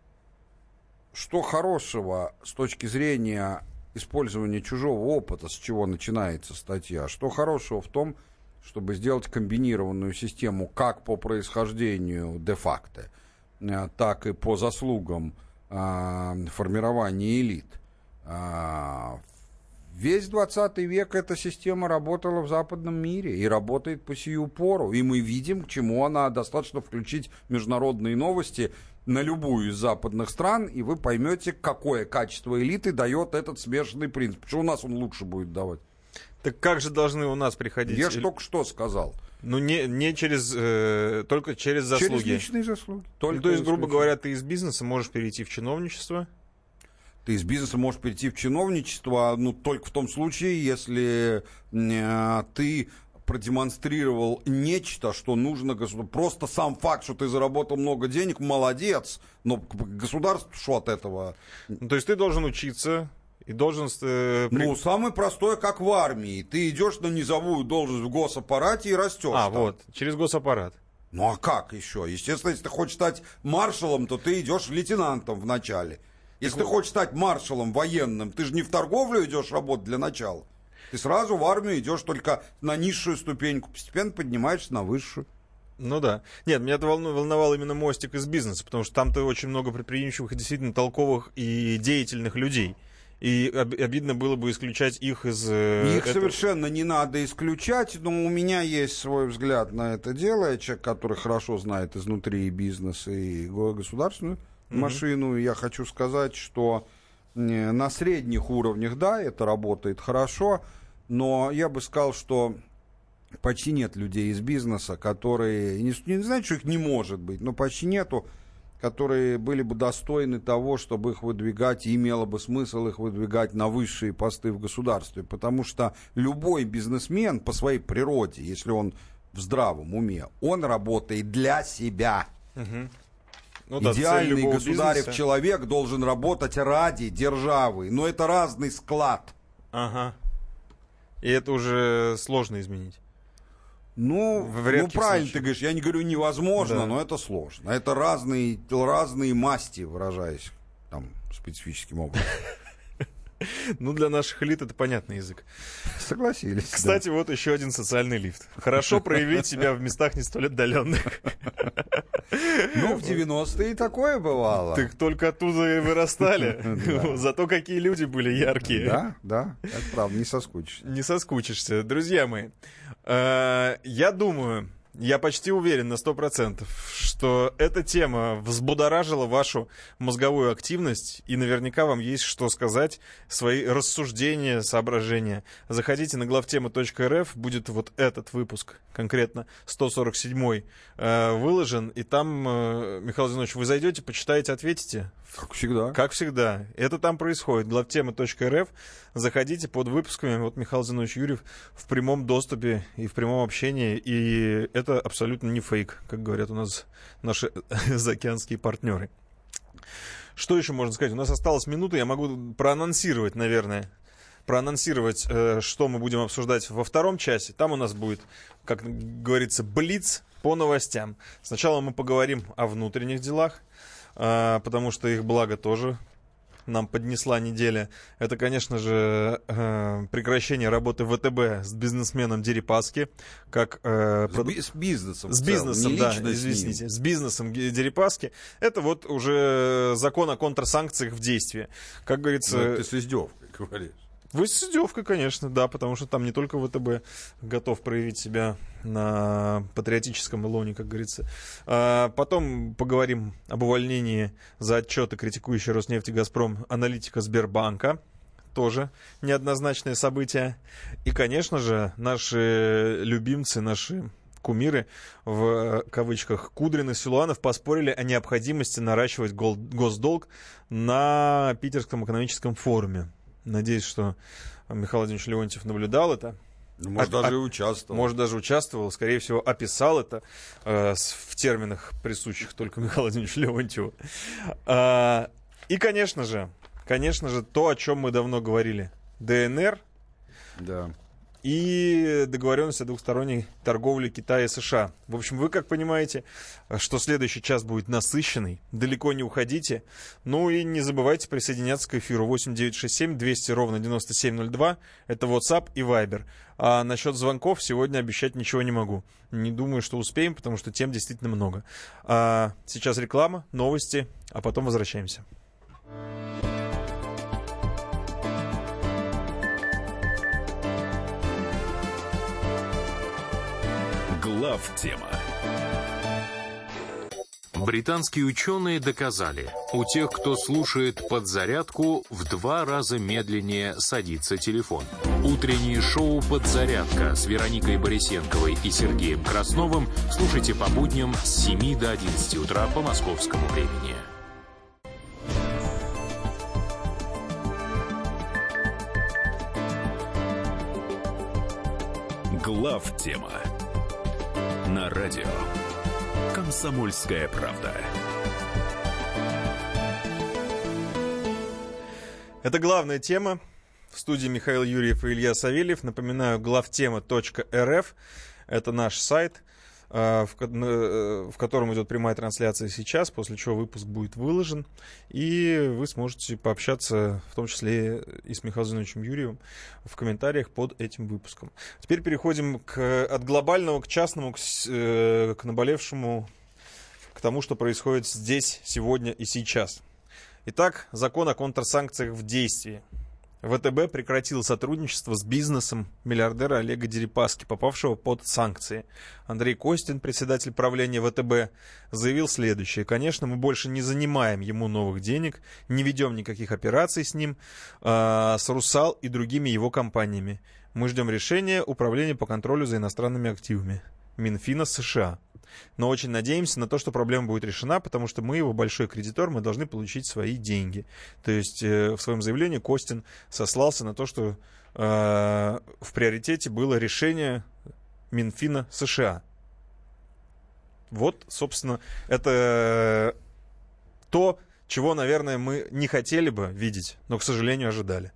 Что хорошего с точки зрения использования чужого опыта, с чего начинается статья, что хорошего в том, чтобы сделать комбинированную систему как по происхождению де-факто, так и по заслугам э, формирования элит. Э, весь двадцатый век эта система работала в западном мире и работает по сию пору. И мы видим, к чему она. Достаточно включить международные новости на любую из западных стран, и вы поймете, какое качество элиты дает этот смешанный принцип. Потому что у нас он лучше будет давать.
Так как же должны у нас приходить?
Я же только что сказал.
Ну, не, не через, э, только через заслуги.
Через личные заслуги.
Только ну, то есть, грубо говоря, ты из бизнеса можешь перейти в чиновничество?
Ты из бизнеса можешь перейти в чиновничество, ну, только в том случае, если э, ты продемонстрировал нечто, что нужно государству. Просто сам факт, что ты заработал много денег, молодец, но государство что от этого?
Ну, то есть ты должен учиться и должен... Э, при...
Ну, самое простое, как в армии. Ты идешь на низовую должность в госаппарате и растешь.
А,
там.
вот, через госаппарат.
Ну, а как еще? Естественно, если ты хочешь стать маршалом, то ты идешь лейтенантом вначале. Если так ты хочешь стать маршалом военным, ты же не в торговлю идешь работать для начала. Ты сразу в армию идешь только на низшую ступеньку, постепенно поднимаешься на высшую.
Ну да. Нет, меня это волновал именно мостик из бизнеса, потому что там-то очень много предприимчивых и действительно толковых и деятельных людей. И обидно было бы исключать их из...
Их
этого.
совершенно не надо исключать, но у меня есть свой взгляд на это дело. Я человек, который хорошо знает изнутри и бизнес, и государственную mm-hmm. машину. И я хочу сказать, что на средних уровнях, да, это работает хорошо, но я бы сказал, что почти нет людей из бизнеса, которые... Не, не знаю, что их не может быть, но почти нету, которые были бы достойны того, чтобы их выдвигать, и имело бы смысл их выдвигать на высшие посты в государстве. Потому что любой бизнесмен по своей природе, если он в здравом уме, он работает для себя.
Угу. Ну, да,
идеальный государев
бизнеса.
Человек должен работать ради державы. Но это разный склад.
Ага. И это уже сложно изменить.
Ну, ну правильно
случаях.
Ты говоришь, я не говорю невозможно,
да.
но это сложно. Это разные, разные масти, выражаясь там специфическим образом.
Ну, для наших элит это понятный язык.
Согласились.
Кстати, вот еще один социальный лифт. Хорошо проявить себя в местах не столь отдаленных.
Ну, в девяностые и такое бывало.
Так только оттуда и вырастали. Зато какие люди были яркие.
Да, да, это правда, не соскучишься.
Не соскучишься. Друзья мои, я думаю, я почти уверен на сто процентов, что эта тема взбудоражила вашу мозговую активность, и наверняка вам есть что сказать, свои рассуждения, соображения. Заходите на главтема точка эр эф, будет вот этот выпуск, конкретно сто сорок седьмой, выложен, и там, Михаил Зинович, вы зайдете, почитаете, ответите.
Как всегда.
Как всегда. Это там происходит. главтема точка эр эф. Заходите под выпусками. Вот Михаил Зинович Юрьев в прямом доступе и в прямом общении. И это абсолютно не фейк, как говорят у нас наши заокеанские партнеры. Что еще можно сказать? У нас осталась минута. Я могу проанонсировать, наверное, проанонсировать, что мы будем обсуждать во втором часе. Там у нас будет, как говорится, блиц по новостям. Сначала мы поговорим о внутренних делах, потому что их благо тоже нам поднесла неделя. Это, конечно же, прекращение работы вэ тэ бэ с бизнесменом Дерипаски. Как,
с, би- с бизнесом.
С бизнесом, да, извините. С бизнесом Дерипаски. Это вот уже закон о контрсанкциях в действии. Как говорится...
Ну, ты с издевкой говоришь.
Вы с издевкой, конечно, да, потому что там не только вэ тэ бэ готов проявить себя на патриотическом лоне, как говорится. А потом поговорим об увольнении за отчеты, критикующие Роснефть и Газпром, аналитика Сбербанка. Тоже неоднозначное событие. И, конечно же, наши любимцы, наши кумиры, в кавычках, Кудрин и Силуанов поспорили о необходимости наращивать госдолг на Питерском экономическом форуме. Надеюсь, что Михаил Владимирович Леонтьев наблюдал это.
Может, а, даже а, участвовал.
Может, даже участвовал. Скорее всего, описал это э, в терминах, присущих только Михаилу Владимировичу Леонтьеву. А, и, конечно же, конечно же, то, о чем мы давно говорили. дэ эн эр.
Да.
И договоренность о двухсторонней торговле Китая и США. В общем, вы как понимаете, что следующий час будет насыщенный. Далеко не уходите. Ну и не забывайте присоединяться к эфиру восемь девятьсот шестьдесят семь двести ровно девяносто семь ноль два. Это WhatsApp и Viber. А насчет звонков сегодня обещать ничего не могу. Не думаю, что успеем, потому что тем действительно много. А сейчас реклама, новости, а потом возвращаемся.
Главтема.
Британские ученые доказали, у тех, кто слушает «Подзарядку», в два раза медленнее садится телефон. Утреннее шоу «Подзарядка» с Вероникой Борисенковой и Сергеем Красновым слушайте по будням с семи до одиннадцати утра по московскому времени.
Главтема на радио «Комсомольская правда».
Это главная тема. В студии Михаил Юрьев и Илья Савельев. Напоминаю, главтема точка эр эф. Это наш сайт, в котором идет прямая трансляция сейчас, после чего выпуск будет выложен. И вы сможете пообщаться, в том числе и с Михаилом Зиновичем Юрьевым, в комментариях под этим выпуском. Теперь переходим к, от глобального к частному, к, к наболевшему, к тому, что происходит здесь, сегодня и сейчас. Итак, закон о контрсанкциях в действии. ВТБ прекратил сотрудничество с бизнесом миллиардера Олега Дерипаски, попавшего под санкции. Андрей Костин, председатель правления ВТБ, заявил следующее. Конечно, мы больше не занимаем ему новых денег, не ведем никаких операций с ним, э, с Русал и другими его компаниями. Мы ждем решения Управления по контролю за иностранными активами Минфина США. Но очень надеемся на то, что проблема будет решена, потому что мы его большой кредитор, мы должны получить свои деньги. То есть э, в своем заявлении Костин сослался на то, что э, в приоритете было решение Минфина США. Вот, собственно, это то, чего, наверное, мы не хотели бы видеть, но, к сожалению, ожидали.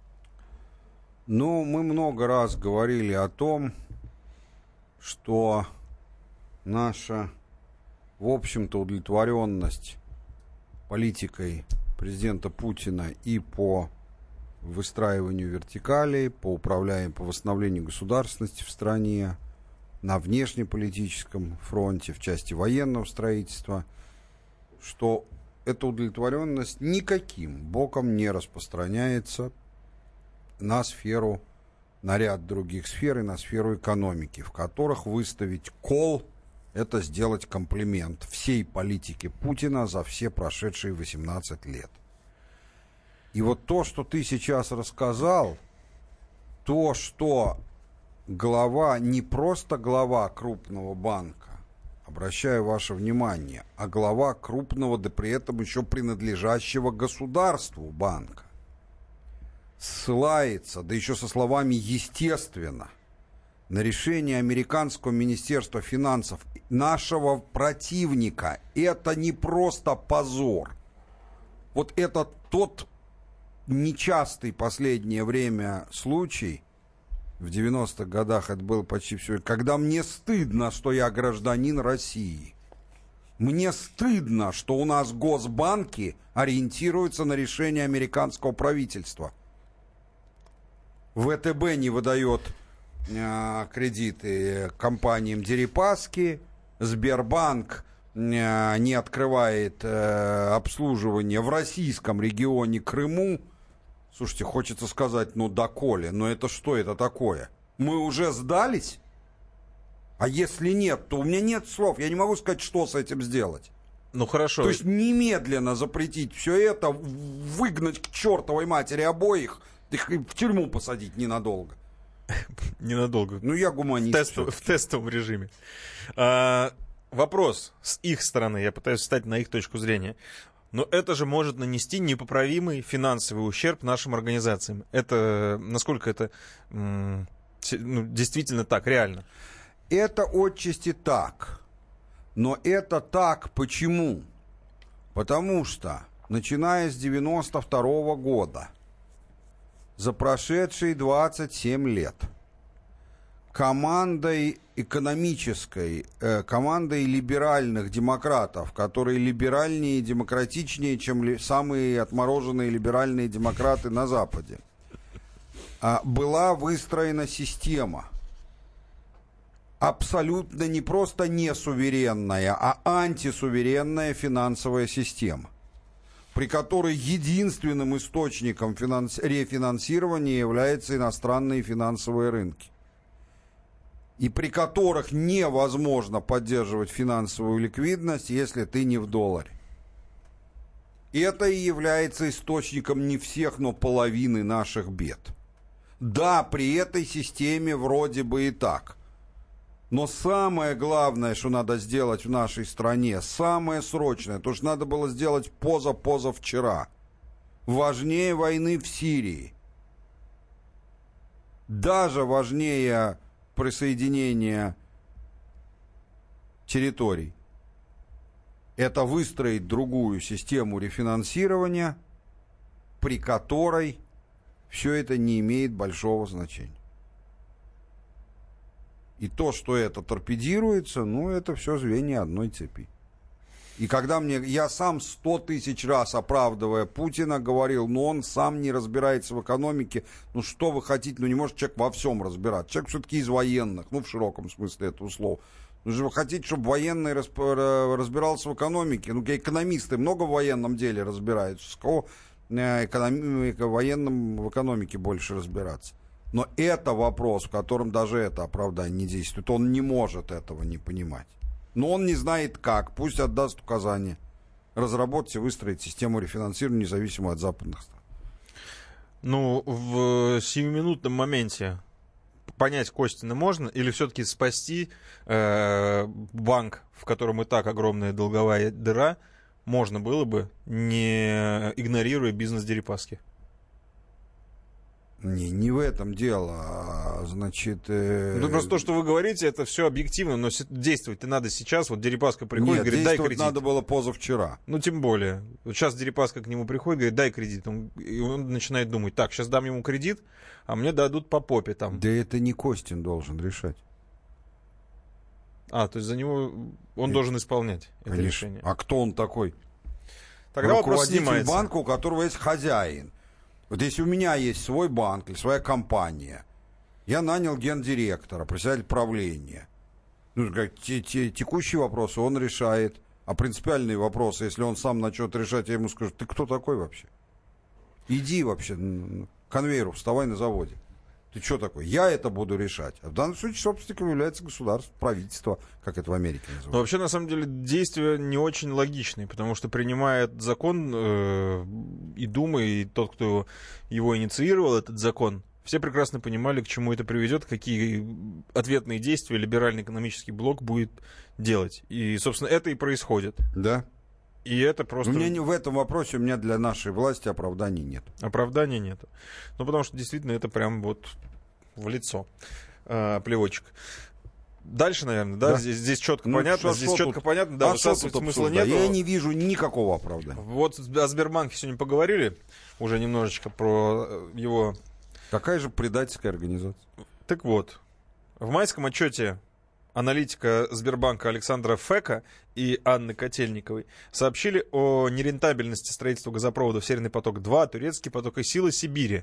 Ну, мы много раз говорили о том, что наша, в общем-то, удовлетворенность политикой президента Путина и по выстраиванию вертикалей, по управлению, по восстановлению государственности в стране, на внешнеполитическом фронте, в части военного строительства, что эта удовлетворенность никаким боком не распространяется на сферу, на ряд других сфер и на сферу экономики, в которых выставить кол — это сделать комплимент всей политике Путина за все прошедшие восемнадцать лет. И вот то, что ты сейчас рассказал, то, что глава, не просто глава крупного банка, обращаю ваше внимание, а глава крупного, да при этом еще принадлежащего государству банка, ссылается, да еще со словами «естественно», на решение американского министерства финансов, нашего противника. Это не просто позор. Вот это тот нечастый последнее время случай, в девяностых годах это было почти все, когда мне стыдно, что я гражданин России. Мне стыдно, что у нас госбанки ориентируются на решение американского правительства. ВТБ не выдает кредиты компаниям Дерипаски, Сбербанк не открывает обслуживание в российском регионе Крыму. Слушайте, хочется сказать, ну доколе, но это что это такое? Мы уже сдались? А если нет, то у меня нет слов, я не могу сказать, что с этим сделать.
Ну хорошо.
То есть немедленно запретить все это, выгнать к чертовой матери обоих, их в тюрьму посадить ненадолго.
Ненадолго.
Ну, я гуманист.
В, тест, в тестовом режиме. А, вопрос с их стороны. Я пытаюсь встать на их точку зрения. Но это же может нанести непоправимый финансовый ущерб нашим организациям. Это, насколько это м, ну, действительно так, реально?
Это отчасти так. Но это так почему? Потому что, начиная с девяносто второго года, за прошедшие двадцать семь лет командой экономической, э, командой либеральных демократов, которые либеральнее и демократичнее, чем ли, самые отмороженные либеральные демократы на Западе, э, была выстроена система, абсолютно не просто не суверенная, а антисуверенная финансовая система, при которой единственным источником финанс... рефинансирования являются иностранные финансовые рынки, и при которых невозможно поддерживать финансовую ликвидность, если ты не в долларе. И это и является источником не всех, но половины наших бед. Да, при этой системе вроде бы и так. Но самое главное, что надо сделать в нашей стране, самое срочное, то, что надо было сделать поза-позавчера, важнее войны в Сирии, даже важнее присоединения территорий. Это выстроить другую систему рефинансирования, при которой все это не имеет большого значения. И то, что это торпедируется, ну, это все звенья одной цепи. И когда мне... Я сам сто тысяч раз, оправдывая Путина, говорил, ну, он сам не разбирается в экономике. Ну, что вы хотите? Ну, не может человек во всем разбираться. Человек все-таки из военных, ну, в широком смысле этого слова. Ну, же вы хотите, чтобы военный расп- разбирался в экономике? Ну, экономисты много в военном деле разбираются. С кого эконом... военном в экономике больше разбираться? Но это вопрос, в котором даже это оправдание не действует. Он не может этого не понимать. Но он не знает как. Пусть отдаст указания. Разработать и выстроить систему рефинансирования, независимо от западных стран.
Ну, в сиюминутном моменте понять Костина можно, или все-таки спасти э, банк, в котором и так огромная долговая дыра, можно было бы, не игнорируя бизнес Дерипаски?
Не, не в этом дело, а, значит... Э...
Ну, просто то, что вы говорите, это все объективно, но действовать-то надо сейчас. Вот Дерипаска приходит,
Нет,
говорит, дай кредит.
надо было позавчера.
Ну, тем более. Вот сейчас Дерипаска к нему приходит, говорит, дай кредит. Он, и он начинает думать, так, сейчас дам ему кредит, а мне дадут по попе там.
Да это не Костин должен решать.
А, то есть за него он и... должен исполнять это
Конечно.
решение.
А кто он такой?
Тогда вопрос снимается.
Руководитель банка, у которого есть хозяин. Вот если у меня есть свой банк или своя компания, я нанял гендиректора, председатель правления. Ну, как, те, те, текущие вопросы он решает, а принципиальные вопросы, если он сам начнет решать, я ему скажу, ты кто такой вообще? Иди вообще к конвейеру, вставай на заводе. Ты что такой? Я это буду решать. А в данном случае собственником является государство, правительство, как это в Америке называется.
Но вообще, на самом деле, действия не очень логичные, потому что принимает закон э, и Дума, и тот, кто его инициировал, этот закон, все прекрасно понимали, к чему это приведет, какие ответные действия либеральный экономический блок будет делать. И, собственно, это и происходит.
Да.
И это просто...
У меня не, в этом вопросе у меня для нашей власти оправданий нет.
Оправдания нет. Ну, потому что действительно это прям вот в лицо э, плевочек. Дальше, наверное, да? да? Здесь, здесь четко ну, понятно. Здесь четко тут... понятно. Да,
а вот тут смысла нет. Я не вижу никакого оправдания.
Вот о Сбербанке сегодня поговорили уже немножечко про его...
Какая же предательская организация?
Так вот, в майском отчете аналитика Сбербанка Александра Фека и Анны Котельниковой сообщили о нерентабельности строительства газопроводов «Северный поток-два», «Турецкий поток» и «Сила Сибири».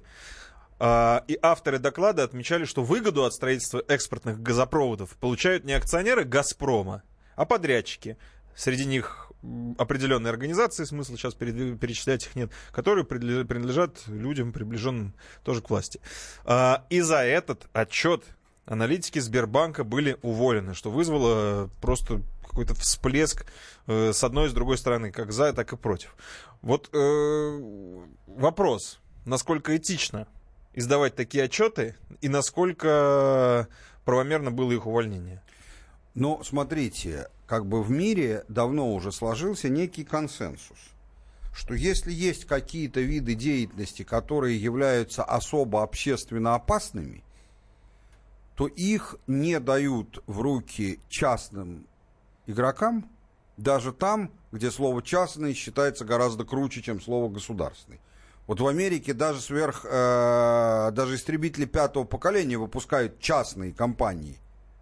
И авторы доклада отмечали, что выгоду от строительства экспортных газопроводов получают не акционеры «Газпрома», а подрядчики. Среди них определенные организации, смысла сейчас перечислять их нет, которые принадлежат людям, приближенным тоже к власти. И за этот отчет аналитики Сбербанка были уволены, что вызвало просто какой-то всплеск э, с одной и с другой стороны, как за, так и против. Вот э, вопрос, насколько этично издавать такие отчеты и насколько правомерно было их увольнение?
Ну, смотрите, как бы в мире давно уже сложился некий консенсус, что если есть какие-то виды деятельности, которые являются особо общественно опасными, то их не дают в руки частным игрокам, даже там, где слово «частный» считается гораздо круче, чем слово «государственный». Вот в Америке даже сверх, э, даже истребители пятого поколения выпускают частные компании.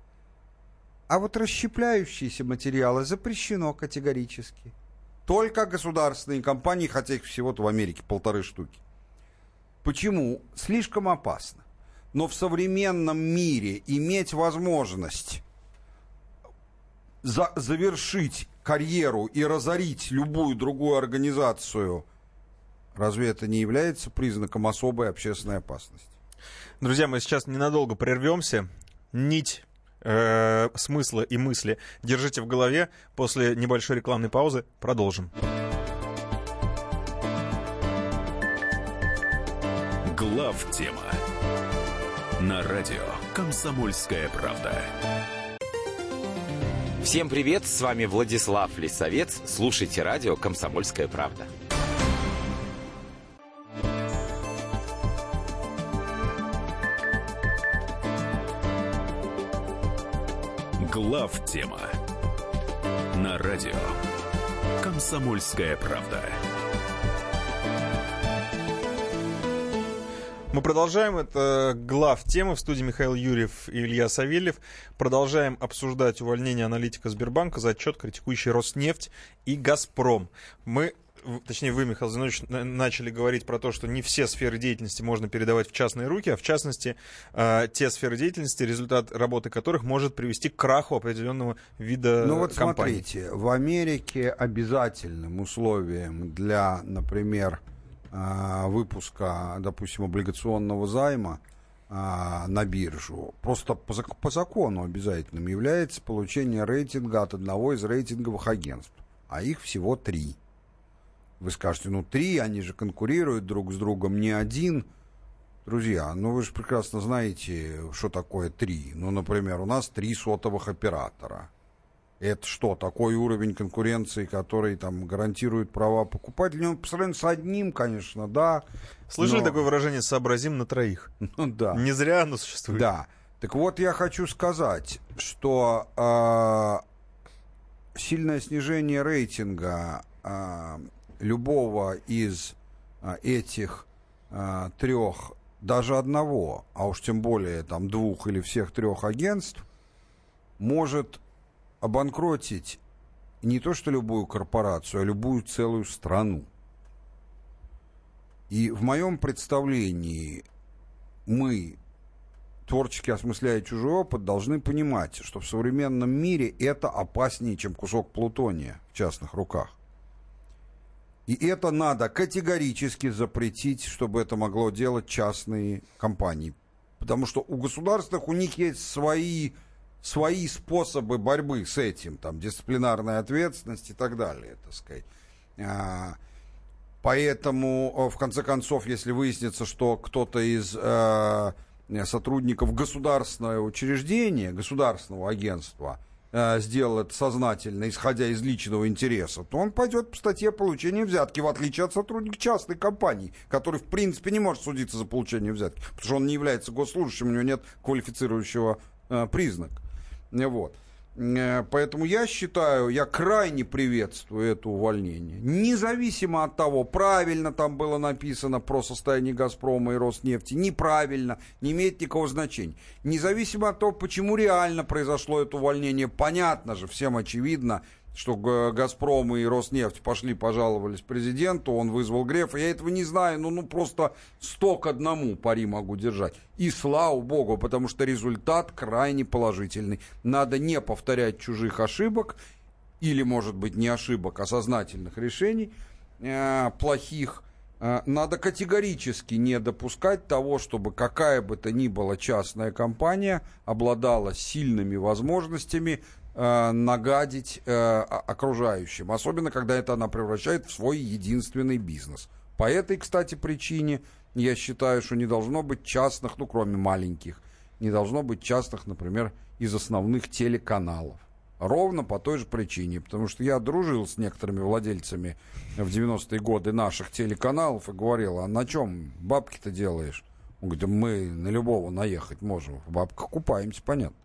А вот расщепляющиеся материалы запрещено категорически. Только государственные компании, хотя их всего-то в Америке полторы штуки. Почему? Слишком опасно. Но в современном мире иметь возможность за- завершить карьеру и разорить любую другую организацию, разве это не является признаком особой общественной опасности?
Друзья, мы сейчас ненадолго прервемся. Нить э, смысла и мысли держите в голове. После небольшой рекламной паузы продолжим.
Главтема на радио «Комсомольская правда».
Всем привет, с вами Владислав Лисовец. Слушайте радио «Комсомольская правда».
Главтема на радио «Комсомольская правда».
Мы продолжаем. Это главтема. В студии Михаил Юрьев и Илья Савельев. Продолжаем обсуждать увольнение аналитика Сбербанка за отчет, критикующий Роснефть и Газпром. Мы, точнее вы, Михаил Зинович, начали говорить про то, что не все сферы деятельности можно передавать в частные руки, а в частности те сферы деятельности, результат работы которых может привести к краху определенного вида
ну вот
компаний.
Смотрите, в Америке обязательным условием для, например, выпуска, допустим, облигационного займа а, на биржу, просто по, по закону обязательным является получение рейтинга от одного из рейтинговых агентств, а их всего три. Вы скажете, ну три, они же конкурируют друг с другом, не один. Друзья, ну вы же прекрасно знаете, что такое три. Ну, например, у нас три сотовых оператора. Это что, такой уровень конкуренции, который там гарантирует права покупателей? Ну, по сравнению с одним, конечно, да.
Слышали
но...
такое выражение «сообразим на троих»?
Ну да.
Не зря оно существует.
Да. Так вот, я хочу сказать, что э, сильное снижение рейтинга э, любого из э, этих э, трех, даже одного, а уж тем более там двух или всех трех агентств, может обанкротить не то что любую корпорацию, а любую целую страну. И в моем представлении мы, творчески осмысляя чужой опыт, должны понимать, что в современном мире это опаснее, чем кусок плутония в частных руках. И это надо категорически запретить, чтобы это могло делать частные компании. Потому что у государственных, у них есть свои... свои способы борьбы с этим, там, дисциплинарная ответственность и так далее, так сказать. Поэтому, в конце концов, если выяснится, что кто-то из э, сотрудников государственного учреждения, государственного агентства э, сделал это сознательно, исходя из личного интереса, то он пойдет по статье получения взятки, в отличие от сотрудника частной компании, который, в принципе, не может судиться за получение взятки, потому что он не является госслужащим, у него нет квалифицирующего э, признака. Вот. Поэтому я считаю, я крайне приветствую это увольнение. Независимо от того, правильно там было написано про состояние «Газпрома» и «Роснефти», неправильно, не имеет никакого значения. Независимо от того, почему реально произошло это увольнение, понятно же, всем очевидно, что «Газпром» и «Роснефть» пошли, пожаловались президенту, он вызвал Грефа. Я этого не знаю, но ну, просто сто к одному пари могу держать. И слава богу, потому что результат крайне положительный. Надо не повторять чужих ошибок, или, может быть, не ошибок, а сознательных решений э, плохих. Э, надо категорически не допускать того, чтобы какая бы то ни была частная компания обладала сильными возможностями нагадить э, окружающим, особенно когда это она превращает в свой единственный бизнес. По этой, кстати, причине я считаю, что не должно быть частных, ну, кроме маленьких, не должно быть частных, например, из основных телеканалов. Ровно по той же причине, потому что я дружил с некоторыми владельцами в девяностые годы наших телеканалов и говорил, а на чем бабки-то делаешь? Он говорит, мы на любого наехать можем, в бабках купаемся, понятно.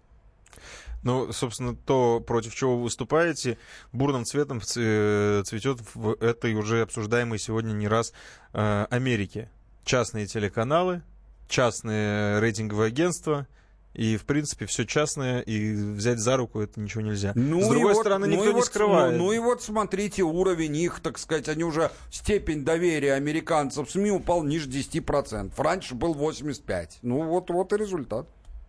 Ну, собственно, то, против чего вы выступаете, бурным цветом цветет в этой уже обсуждаемой сегодня не раз э, Америке. Частные телеканалы, частные рейтинговые агентства, и, в принципе, все частное, и взять за руку это ничего нельзя.
Ну
С другой
вот,
стороны,
ну
никто
не
вот, скрывает.
Ну, ну и вот смотрите, уровень их, так сказать, они уже, степень доверия американцев в СМИ упал ниже десять процентов. Раньше был восемьдесят пять процентов. Ну вот, вот и результат.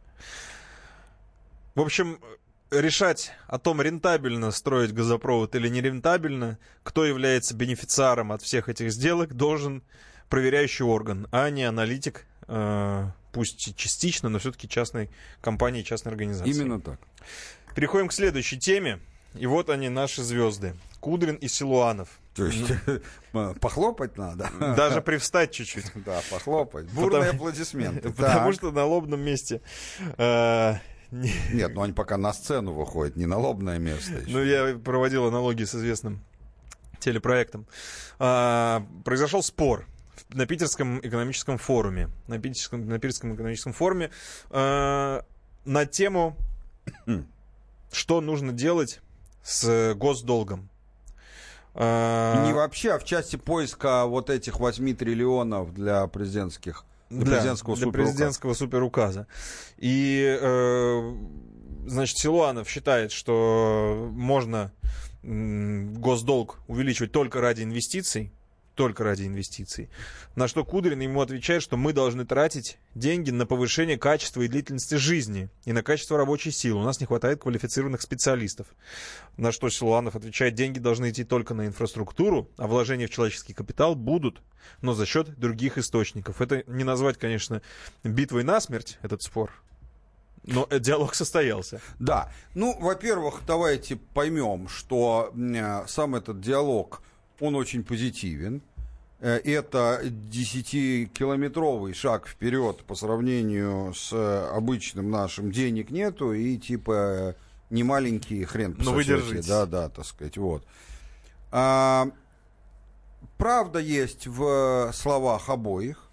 В общем, решать о том, рентабельно строить газопровод или нерентабельно, кто является бенефициаром от всех этих сделок, должен проверяющий орган, а не аналитик, э, пусть частично, но все-таки частной компании, частной организации.
Именно так.
Переходим к следующей теме. И вот они, наши звезды. Кудрин и Силуанов.
То есть похлопать надо?
Даже привстать чуть-чуть.
Да, похлопать. Бурные аплодисменты.
Потому что на лобном месте...
Нет, ну они пока на сцену выходят, не на лобное место еще.
Ну, я проводил аналогии с известным телепроектом. А, произошел спор на Питерском экономическом форуме. На Питерском, на Питерском экономическом форуме а, на тему что нужно делать с госдолгом.
Не вообще, а в части поиска вот этих восьми триллионов для президентских, для,
для
президентского,
для
суперуказа.
президентского суперуказа. И, э, значит, Силуанов считает, что можно м, госдолг увеличивать только ради инвестиций, только ради инвестиций. На что Кудрин ему отвечает, что мы должны тратить деньги на повышение качества и длительности жизни и на качество рабочей силы. У нас не хватает квалифицированных специалистов. На что Силуанов отвечает, деньги должны идти только на инфраструктуру, а вложения в человеческий капитал будут, но за счет других источников. Это не назвать, конечно, битвой насмерть, этот спор. Но диалог состоялся.
Да. Ну, во-первых, давайте поймем, что э, сам этот диалог, он очень позитивен. Э, это десятикилометровый шаг вперед по сравнению с э, обычным нашим «денег нету» и типа не маленький хрен пососете.
Но вы держитесь.
Да, да, так сказать, вот. А, правда есть в словах обоих.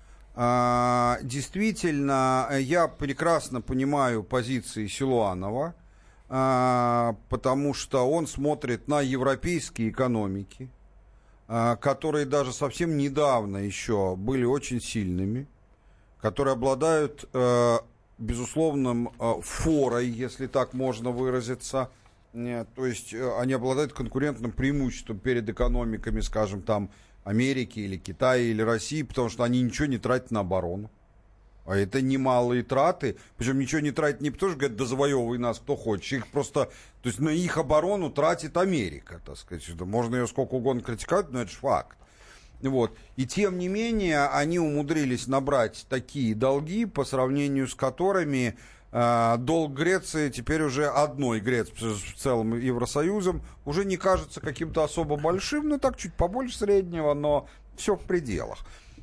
А, действительно, я прекрасно понимаю позиции Силуанова, а, потому что он смотрит на европейские экономики, а, которые даже совсем недавно еще были очень сильными, которые обладают а, безусловным а, форой, если так можно выразиться. Нет, то есть а, они обладают конкурентным преимуществом перед экономиками, скажем, там, Америки или Китая или России, потому что они ничего не тратят на оборону. А это немалые траты. Причем ничего не тратят не потому, что говорят, да завоевывай нас кто хочет. Их просто, то есть на их оборону тратит Америка, так сказать. Можно ее сколько угодно критиковать, но это же факт. Вот. И тем не менее, они умудрились набрать такие долги, по сравнению с которыми э, долг Греции теперь уже одной Греции, в целом Евросоюзом, уже не кажется каким-то особо большим, ну так чуть побольше среднего, но все в пределах.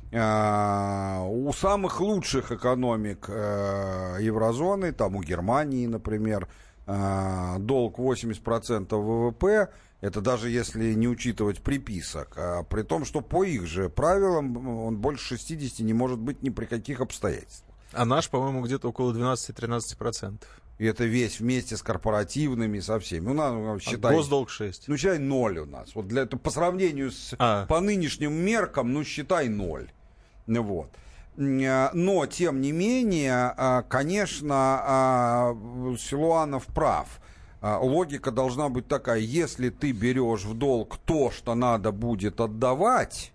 Э, у самых лучших экономик э, еврозоны, там у Германии, например, э, долг восемьдесят процентов ВВП. Это даже если не учитывать приписок. А при том, что по их же правилам он больше шестидесяти не может быть ни при каких обстоятельствах.
А наш, по-моему, где-то около двенадцать-тринадцать процентов.
И это весь вместе с корпоративными, со всеми. У нас, считай,
а госдолг шесть.
Ну, считай, ноль у нас. Вот для этого, по сравнению с
а.
по нынешним меркам, ну, считай, ноль. Ну, вот. Но, тем не менее, конечно, Силуанов прав. Логика должна быть такая: если ты берешь в долг то, что надо будет отдавать,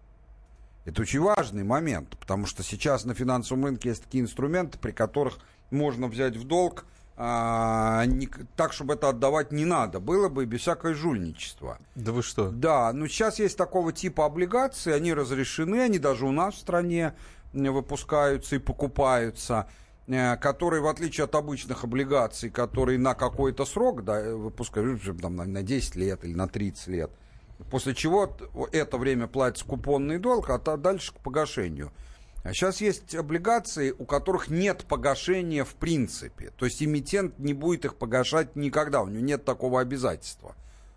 это очень важный момент, потому что сейчас на финансовом рынке есть такие инструменты, при которых можно взять в долг а, не, так, чтобы это отдавать не надо, было бы без всякого жульничества.
Да вы что?
Да, но сейчас есть такого типа облигации, они разрешены, они даже у нас в стране выпускаются и покупаются, которые, в отличие от обычных облигаций, которые на какой-то срок, да, выпускают там, на десять лет или на тридцать лет, после чего это время платится купонный долг, а дальше к погашению. А сейчас есть облигации, у которых нет погашения в принципе. То есть эмитент не будет их погашать никогда, у него нет такого обязательства.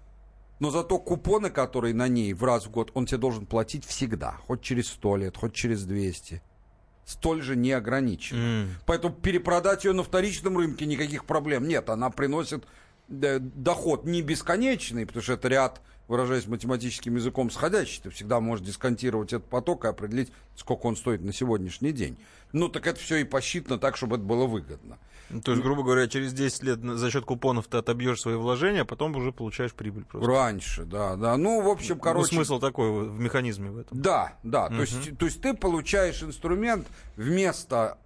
Но зато купоны, которые на ней в раз в год, он тебе должен платить всегда, хоть через сто лет, хоть через двести. Столь же неограниченно. Mm. Поэтому перепродать ее на вторичном рынке никаких проблем нет. Она приносит э, доход не бесконечный, потому что это ряд, выражаясь математическим языком, сходящий. Ты всегда можешь дисконтировать этот поток и определить, сколько он стоит на сегодняшний день. Ну, так это все и посчитано так, чтобы это было выгодно.
Ну, то есть, грубо говоря, через десять лет за счет купонов ты отобьешь свои вложения, а потом уже получаешь прибыль просто.
Раньше, да, да. Ну, в общем, короче...
Ну, смысл такой в механизме в этом.
Да, да.
Uh-huh.
То есть, то есть ты получаешь инструмент вместо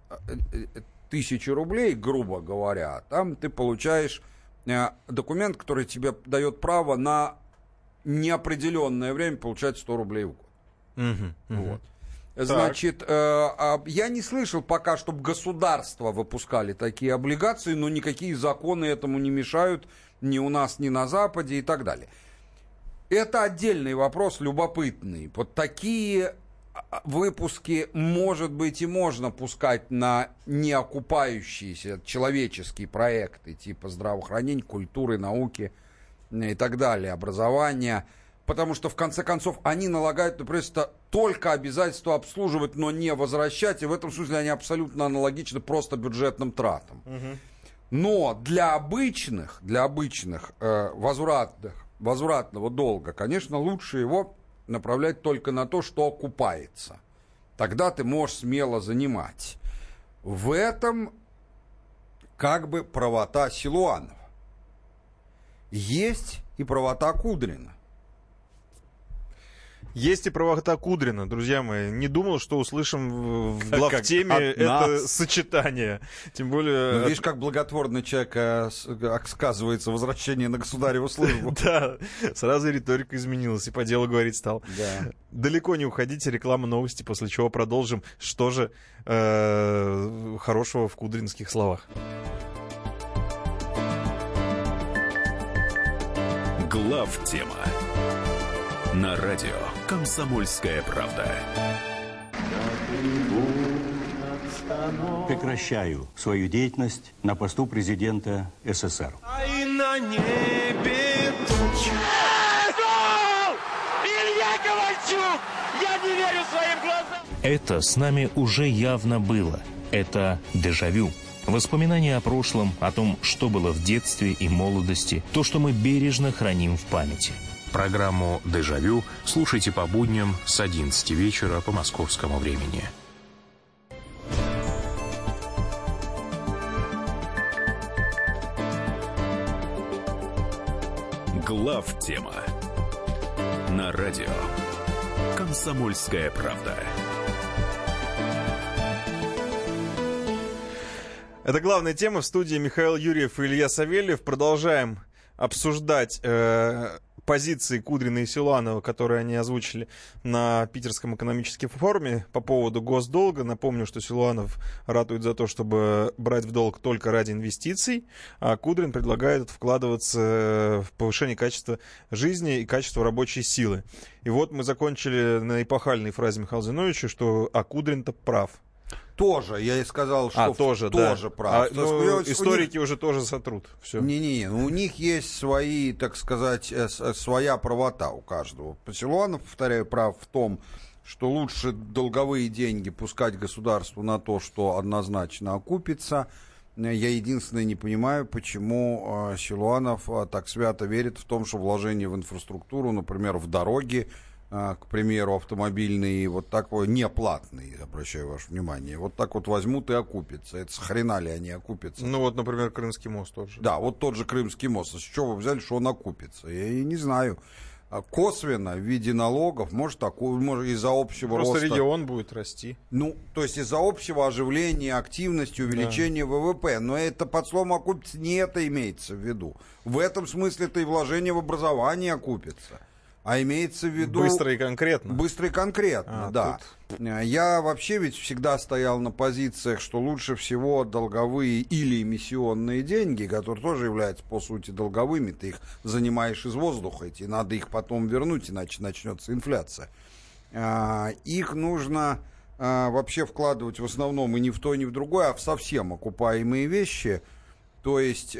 тысячи рублей, грубо говоря, там ты получаешь э, документ, который тебе дает право на неопределенное время получать сто рублей в год.
Uh-huh. Uh-huh.
Вот. Значит, э, я не слышал пока, чтобы государства выпускали такие облигации, но никакие законы этому не мешают ни у нас, ни на Западе и так далее. Это отдельный вопрос, любопытный. Вот такие выпуски, может быть, и можно пускать на неокупающиеся человеческие проекты, типа здравоохранения, культуры, науки и так далее, образования. Потому что, в конце концов, они налагают на правительство только обязательство обслуживать, но не возвращать. И в этом смысле они абсолютно аналогичны просто бюджетным тратам. Угу. Но для обычных, для обычных э, возвратных, возвратного долга, конечно, лучше его направлять только на то, что окупается. Тогда ты можешь смело занимать. В этом как бы правота Силуанова. Есть и правота Кудрина.
Есть и правота Кудрина, друзья мои. Не думал, что услышим в главтеме это
нас.
сочетание. Тем более...
Ну, видишь, как благотворный человек а, сказывается возвращение на государеву службу.
Да, сразу риторика изменилась, и по делу говорить стал.
Да.
Далеко не уходите, реклама, новости, после чего продолжим. Что же э, хорошего в кудринских словах?
Главтема на радио «Комсомольская правда».
Прекращаю свою деятельность на посту президента СССР.
А и на небе тучи. Илья Ковальчук! Я не верю своим глазам!
Это с нами уже явно было. Это дежавю. Воспоминания о прошлом, о том, что было в детстве и молодости, то, что мы бережно храним в памяти.
Программу «Дежавю» слушайте по будням с одиннадцати вечера по московскому времени.
Главтема на радио «Комсомольская правда».
Это главная тема. В студии Михаил Юрьев и Илья Савельев. Продолжаем обсуждать э, позиции Кудрина и Силуанова, которые они озвучили на Питерском экономическом форуме по поводу госдолга. Напомню, что Силуанов ратует за то, чтобы брать в долг только ради инвестиций, а Кудрин предлагает вкладываться в повышение качества жизни и качества рабочей силы. И вот мы закончили на эпохальной фразе Михаила Зиновича, что а Кудрин-то прав.
Тоже, я и сказал, что
а, тоже,
тоже
да.
прав.
А,
То
ну,
есть,
историки
них...
уже тоже сотрут. Все.
Не-не-не, у них есть свои, так сказать, своя правота у каждого. Силуанов, повторяю, прав в том, что лучше долговые деньги пускать государству на то, что однозначно окупится. Я единственное не понимаю, почему Силуанов так свято верит в том, что вложения в инфраструктуру, например, в дороги, к примеру, автомобильные, вот так вот, неплатные, обращаю ваше внимание, вот так вот возьмут и окупятся. Это с хрена ли они окупятся?
Ну вот, например, Крымский мост тот же.
Да, вот тот же Крымский мост. С чего вы взяли, что он окупится? Я и не знаю. Косвенно, в виде налогов, может, такой, может из-за общего
Просто
роста...
Просто регион будет расти.
Ну, то есть из-за общего оживления, активности, увеличения да. ВВП. Но это под словом окупится, не это имеется в виду. В этом смысле-то и вложение в образование окупится. А имеется в виду...
Быстро и конкретно.
Быстро и конкретно, а, да. Тут... Я вообще ведь всегда стоял на позициях, что лучше всего долговые или эмиссионные деньги, которые тоже являются, по сути, долговыми, ты их занимаешь из воздуха, и надо их потом вернуть, иначе начнется инфляция. Их нужно вообще вкладывать в основном и не в то, и не в другое, а в совсем окупаемые вещи. То есть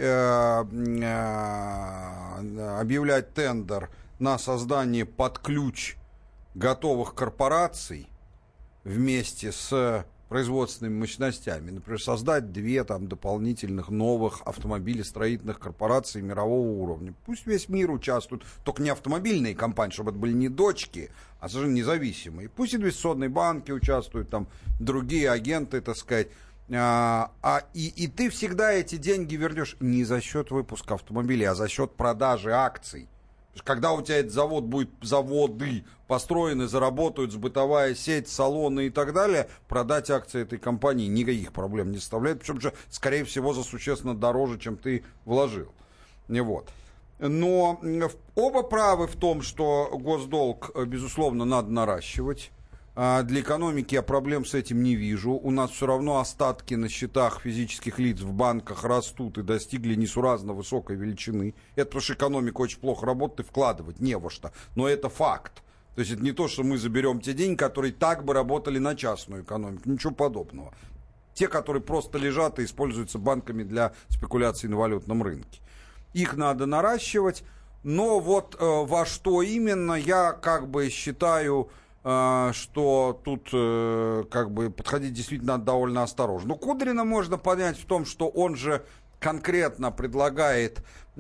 объявлять тендер на создание под ключ готовых корпораций вместе с производственными мощностями. Например, создать две там дополнительных новых автомобилестроительных корпораций мирового уровня. Пусть весь мир участвует, только не автомобильные компании, чтобы это были не дочки, а совершенно независимые. Пусть инвестиционные банки участвуют, там другие агенты, так сказать. А, а, и, и ты всегда эти деньги вернешь не за счет выпуска автомобилей, а за счет продажи акций. Когда у тебя этот завод будет, заводы построены, заработают, сбытовая сеть, салоны и так далее, продать акции этой компании никаких проблем не составляет, причем же, скорее всего, за существенно дороже, чем ты вложил. Вот. Но оба правы в том, что госдолг, безусловно, надо наращивать. Для экономики я проблем с этим не вижу. У нас все равно остатки на счетах физических лиц в банках растут и достигли несуразно высокой величины. Это потому что экономика очень плохо работает и вкладывать не во что. Но это факт. То есть это не то, что мы заберем те деньги, которые так бы работали на частную экономику. Ничего подобного. Те, которые просто лежат и используются банками для спекуляций на валютном рынке. Их надо наращивать. Но вот э, во что именно, я как бы считаю... что тут как бы подходить действительно надо довольно осторожно. Но Кудрина можно понять в том, что он же конкретно предлагает э,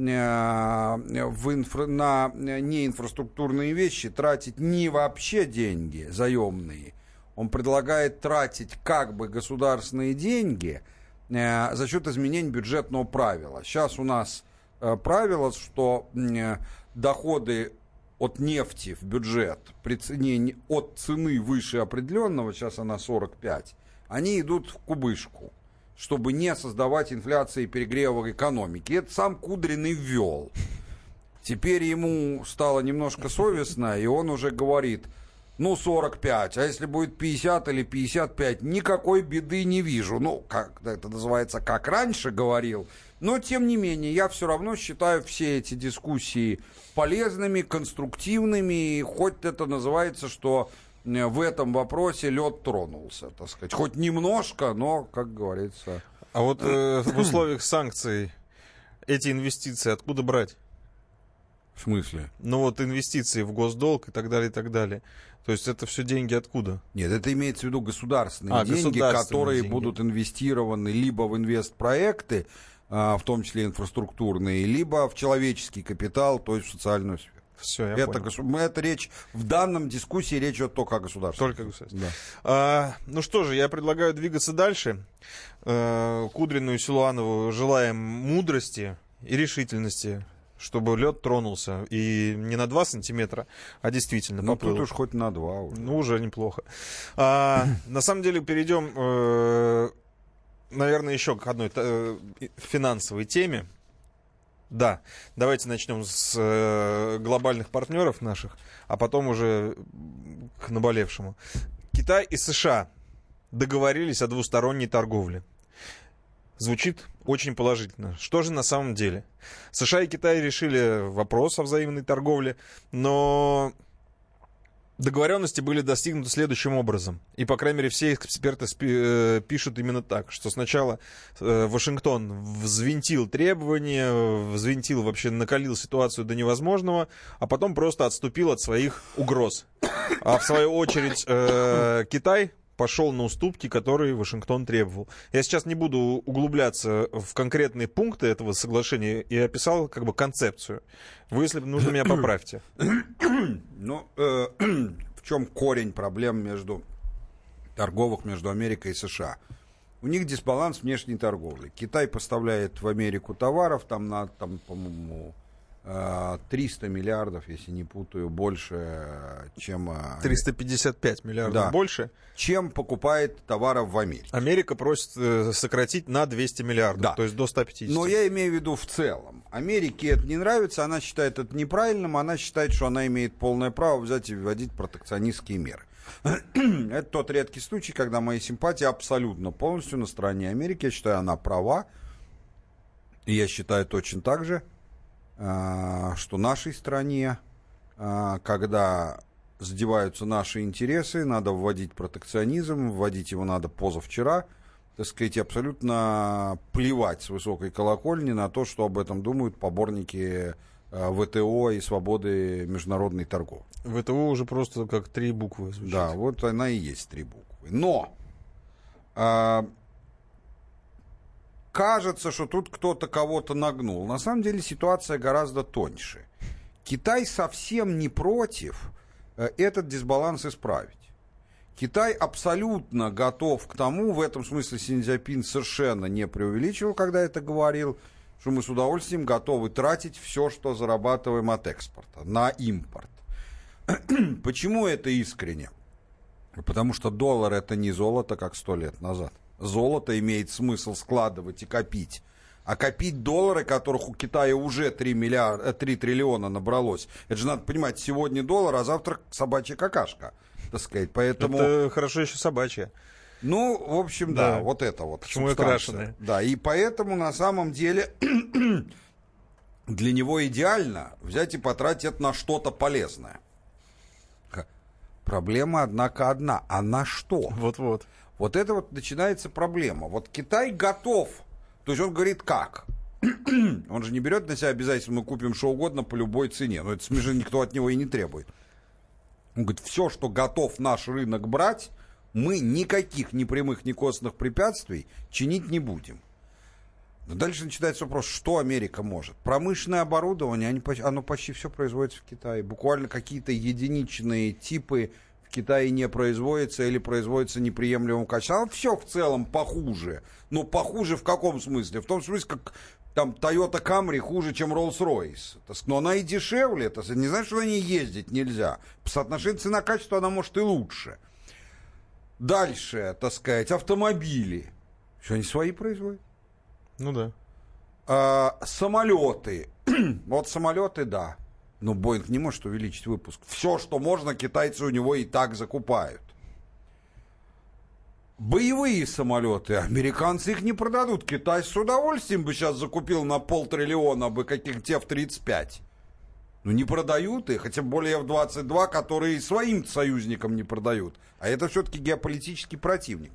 в инфра, на неинфраструктурные вещи тратить не вообще деньги заемные, он предлагает тратить как бы государственные деньги э, за счет изменения бюджетного правила. Сейчас у нас э, правило, что э, доходы от нефти в бюджет при цене, от цены выше определенного, сейчас она сорок пять, они идут в кубышку, чтобы не создавать инфляции и перегрева экономики. Это сам Кудрин и ввел. Теперь ему стало немножко совестно, и он уже говорит, ну, сорок пять, а если будет пятьдесят или пятьдесят пять, никакой беды не вижу. Ну, как это называется, как раньше говорил. Но, тем не менее, я все равно считаю все эти дискуссии полезными, конструктивными, и хоть это называется, что в этом вопросе лед тронулся, так сказать. Хоть немножко, но, как говорится...
А вот э, в условиях санкций эти инвестиции откуда брать?
В смысле?
Ну вот инвестиции в госдолг и так далее, и так далее. То есть это все деньги откуда?
Нет, это имеется в виду государственные
а,
деньги,
государственные
которые
деньги.
будут инвестированы либо в инвестпроекты, в том числе инфраструктурные, либо в человеческий капитал, то есть в социальную сферу.
Все, я
это,
понял.
госу... это речь, в данном дискуссии речь идет только о государстве.
Только о государстве.
Да.
А, ну что же, я предлагаю двигаться дальше. А, Кудрину и Силуанову желаем мудрости и решительности, чтобы лед тронулся. И не на два сантиметра, а действительно
ну,
поплыл.
тут уж хоть на два. Уже.
Ну, уже неплохо. А, на самом деле, перейдем, э, наверное, еще к одной э, финансовой теме. Да, давайте начнем с э, глобальных партнеров наших, а потом уже к наболевшему. Китай и США договорились о двусторонней торговле. Звучит очень положительно. Что же на самом деле? США и Китай решили вопрос о взаимной торговле, но договоренности были достигнуты следующим образом. И, по крайней мере, все эксперты спи- пишут именно так, что сначала э, Вашингтон взвинтил требования, взвинтил, вообще накалил ситуацию до невозможного, а потом просто отступил от своих угроз. А в свою очередь э, Китай пошел на уступки, которые Вашингтон требовал. Я сейчас не буду углубляться в конкретные пункты этого соглашения и описал как бы концепцию. Вы, если нужно, меня поправьте.
Ну, э, в чем корень проблем между торговых между Америкой и США? У них дисбаланс внешней торговли. Китай поставляет в Америку товаров, там, на, там по-моему, триста миллиардов, если не путаю, больше, чем...
триста пятьдесят пять миллиардов
да,
больше.
Чем покупает товаров в Америке.
Америка просит сократить на двести миллиардов, да. То есть до ста пятидесяти.
Но я имею в виду в целом. Америке это не нравится, она считает это неправильным, она считает, что она имеет полное право взять и вводить протекционистские меры. Это тот редкий случай, когда мои симпатии абсолютно полностью на стороне Америки. Я считаю, она права. И я считаю точно так же, что нашей стране, когда задеваются наши интересы, надо вводить протекционизм, вводить его надо позавчера, так сказать, абсолютно плевать с высокой колокольни на то, что об этом думают поборники ВТО и свободы международной торговли.
ВТО уже просто как три буквы звучит.
Да, вот она и есть три буквы. Но а, кажется, что тут кто-то кого-то нагнул. На самом деле ситуация гораздо тоньше. Китай совсем не против этот дисбаланс исправить. Китай абсолютно готов к тому, в этом смысле Си Цзиньпин совершенно не преувеличивал, когда это говорил, что мы с удовольствием готовы тратить все, что зарабатываем от экспорта, на импорт. Почему это искренне? Потому что доллар — это не золото, как сто лет назад. Золото имеет смысл складывать и копить. А копить доллары, которых у Китая уже три миллиарда, три триллиона набралось, это же надо понимать, сегодня доллар, а завтра собачья какашка, так сказать. Поэтому...
Это хорошо еще собачья.
Ну, в общем, да, да вот это вот.
Почему окрашенная?
Да, и поэтому на самом деле для него идеально взять и потратить это на что-то полезное. Проблема, однако, одна. А на что?
Вот-вот.
Вот это вот начинается проблема. Вот Китай готов. То есть он говорит, как? Он же не берет на себя обязательно, мы купим что угодно по любой цене. Но это смешно, никто от него и не требует. Он говорит, все, что готов наш рынок брать, мы никаких ни прямых, ни косвенных препятствий чинить не будем. Но дальше начинается вопрос, что Америка может. Промышленное оборудование, они, оно почти все производится в Китае. Буквально какие-то единичные типы в Китае не производятся или производятся неприемлемым качеством. А все в целом похуже. Но похуже в каком смысле? В том смысле, как там Toyota Camry хуже, чем Rolls-Royce. Но она и дешевле. Это не значит, что на ней ездить нельзя. По соотношению цена-качество она может и лучше. Дальше, так сказать, автомобили. Что они свои производят?
Ну да.
А, самолеты. Вот самолеты, да. Но Боинг не может увеличить выпуск. Все, что можно, китайцы у него и так закупают. Боевые самолеты. Американцы их не продадут. Китай с удовольствием бы сейчас закупил на полтриллиона бы каких-то эф тридцать пять. Ну не продают их. Хотя более эф двадцать два, которые своим союзникам не продают. А это все-таки геополитический противник.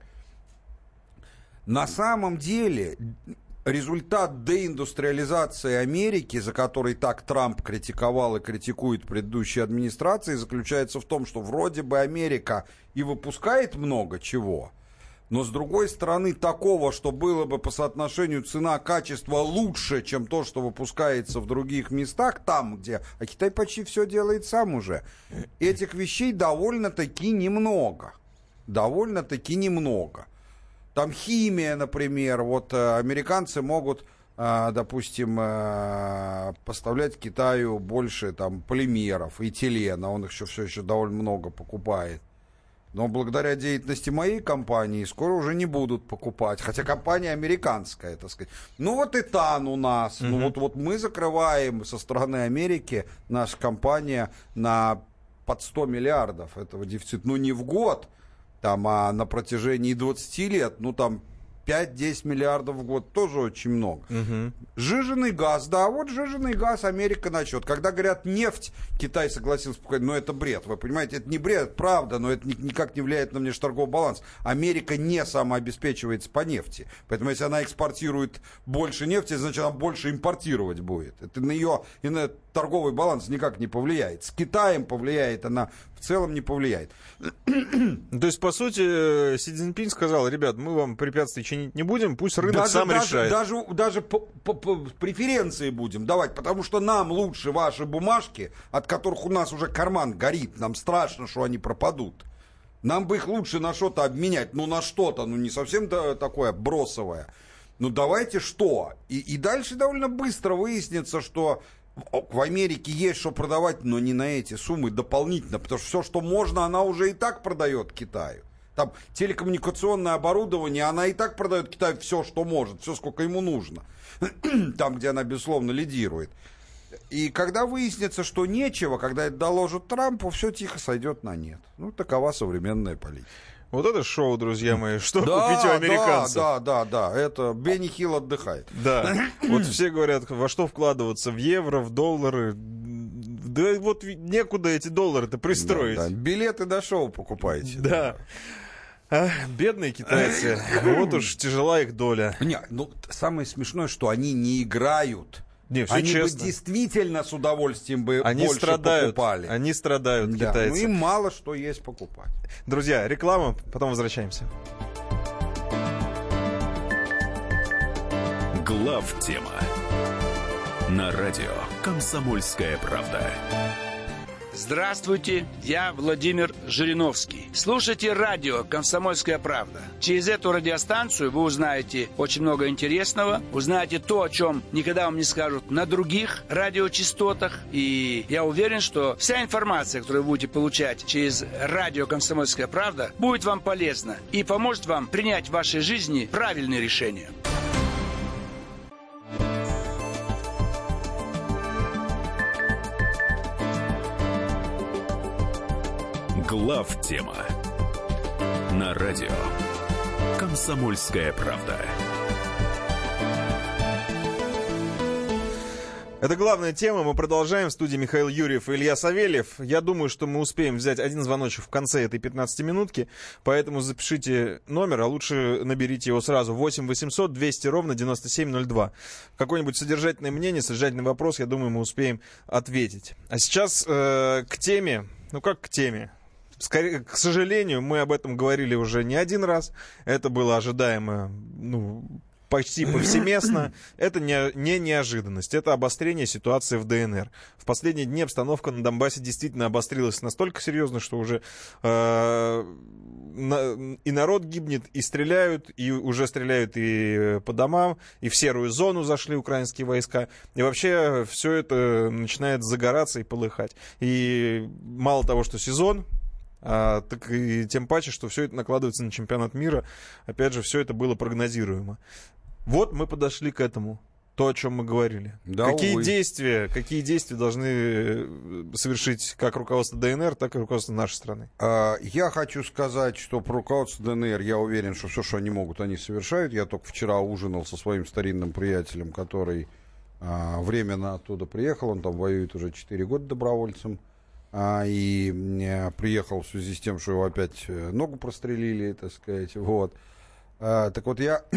На самом деле, результат деиндустриализации Америки, за который так Трамп критиковал и критикует предыдущие администрации, заключается в том, что вроде бы Америка и выпускает много чего, но с другой стороны такого, что было бы по соотношению цена-качество лучше, чем то, что выпускается в других местах, там, где... А Китай почти все делает сам уже. Этих вещей довольно-таки немного. Довольно-таки немного. Там химия, например, вот э, американцы могут, э, допустим, э, поставлять Китаю больше там полимеров, этилена, он их еще, все еще довольно много покупает. Но благодаря деятельности моей компании скоро уже не будут покупать, хотя компания американская, так сказать. Ну вот этан у нас, mm-hmm. ну вот, вот мы закрываем со стороны Америки, наша компания, на под сто миллиардов этого дефицита, ну не в год, там, а на протяжении двадцати лет, ну, там, пять-десять миллиардов в год, тоже очень много. Угу. Жиженый газ, да, вот жиженый газ Америка начнет. Когда говорят нефть, Китай согласился покупать, но это бред, вы понимаете, это не бред, это правда, но это никак не влияет на внешнеторговый баланс. Америка не самообеспечивается по нефти, поэтому если она экспортирует больше нефти, значит, она больше импортировать будет. Это на ее и на торговый баланс никак не повлияет. С Китаем повлияет, она в целом не повлияет.
То есть, по сути, Си Цзиньпин сказал: ребят, мы вам препятствий чинить не будем, пусть рынок
даже,
сам
даже,
решает.
Даже, даже по, по, по преференции будем давать, потому что нам лучше ваши бумажки, от которых у нас уже карман горит, нам страшно, что они пропадут. Нам бы их лучше на что-то обменять, ну на что-то, ну не совсем такое бросовое. Ну давайте что? И, и дальше довольно быстро выяснится, что в Америке есть что продавать, но не на эти суммы дополнительно, потому что все, что можно, она уже и так продает Китаю. Там телекоммуникационное оборудование, она и так продает Китаю все, что может, все, сколько ему нужно. Там, где она, безусловно, лидирует. И когда выяснится, что нечего, когда это доложат Трампу, все тихо сойдет на нет. Ну, такова современная политика.
Вот это шоу, друзья мои, что да, купить у американцев.
Да, да, да, да, это Бенни Хилл отдыхает.
Да, вот все говорят, во что вкладываться, в евро, в доллары. Да вот некуда эти доллары-то пристроить. Да, да.
Билеты до шоу покупаете.
Да. А, бедные китайцы, вот уж тяжела их доля.
Не, ну, самое смешное, что они не играют.
Не, все
они
честно.
бы действительно с удовольствием бы
они
больше
страдают,
покупали.
Они страдают,
да,
китайцы.
Ну им мало что есть покупать.
Друзья, реклама, потом возвращаемся.
Главтема на радио «Комсомольская правда».
Здравствуйте, я Владимир Жириновский. Слушайте радио «Комсомольская правда». Через эту радиостанцию вы узнаете очень много интересного, узнаете то, о чем никогда вам не скажут на других радиочастотах. И я уверен, что вся информация, которую вы будете получать через радио «Комсомольская правда», будет вам полезна и поможет вам принять в вашей жизни правильные решения.
Главтема на радио «Комсомольская правда».
Это главная тема. Мы продолжаем. В студии Михаил Юрьев и Илья Савельев. Я думаю, что мы успеем взять один звоночек в конце этой пятнадцатиминутки, поэтому запишите номер, а лучше наберите его сразу. восемь восемьсот двести ровно девяносто семь ноль два. Какое-нибудь содержательное мнение, содержательный вопрос, я думаю, мы успеем ответить. А сейчас э, к теме. Ну как к теме? Скорее, к сожалению, мы об этом говорили уже не один раз. Это было ожидаемо, ну, почти повсеместно. Это не, не неожиданность, это обострение ситуации в ДНР. В последние дни обстановка на Донбассе действительно обострилась настолько серьезно, что уже э, на, и народ гибнет, и стреляют, и уже стреляют и по домам, и в серую зону зашли украинские войска. И вообще все это начинает загораться и полыхать. И мало того, что сезон, А, так и тем паче, что все это накладывается на чемпионат мира. Опять же, все это было прогнозируемо. Вот мы подошли к этому. То, о чем мы говорили. Да, какие увы. действия, какие действия должны совершить как руководство ДНР, так и руководство нашей страны?
А, я хочу сказать, что про руководство ДНР я уверен, что все, что они могут, они совершают. Я только вчера ужинал со своим старинным приятелем, который а, временно оттуда приехал. Он там воюет уже четыре года добровольцем. А, и а, приехал в связи с тем, что его опять ногу прострелили, так сказать. Вот. А, так вот, я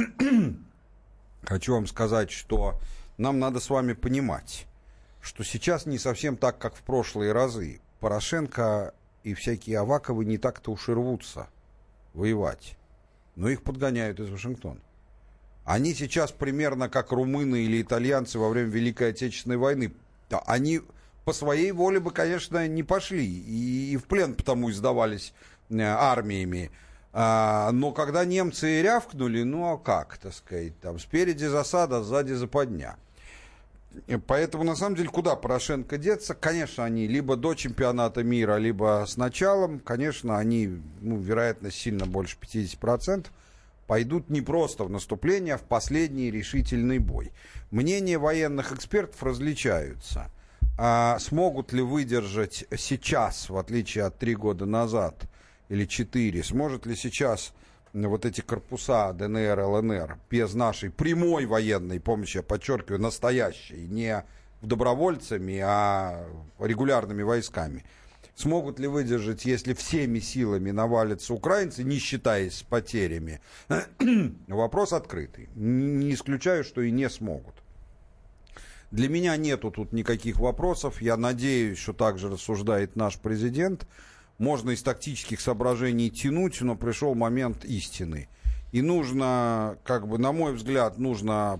хочу вам сказать, что нам надо с вами понимать, что сейчас не совсем так, как в прошлые разы. Порошенко и всякие Аваковы не так-то уж и рвутся воевать. Но их подгоняют из Вашингтона. Они сейчас примерно как румыны или итальянцы во время Великой Отечественной войны. Они по своей воле бы, конечно, не пошли. И, и в плен потому и сдавались армиями. А, но когда немцы рявкнули, ну а как, так сказать, там спереди засада, сзади западня. Поэтому, на самом деле, куда Порошенко деться? Конечно, они либо до чемпионата мира, либо с началом, конечно, они, ну, вероятно, сильно больше пятьдесят процентов, пойдут не просто в наступление, а в последний решительный бой. Мнения военных экспертов различаются. А смогут ли выдержать сейчас, в отличие от три года назад, или четыре, сможет ли сейчас вот эти корпуса ДНР, ЛНР без нашей прямой военной помощи, я подчеркиваю, настоящей, не добровольцами, а регулярными войсками, смогут ли выдержать, если всеми силами навалятся украинцы, не считаясь с потерями? Вопрос открытый. Не исключаю, что и не смогут. Для меня нету тут никаких вопросов. Я надеюсь, что так же рассуждает наш президент. Можно из тактических соображений тянуть, но пришел момент истины. И нужно, как бы, на мой взгляд, нужно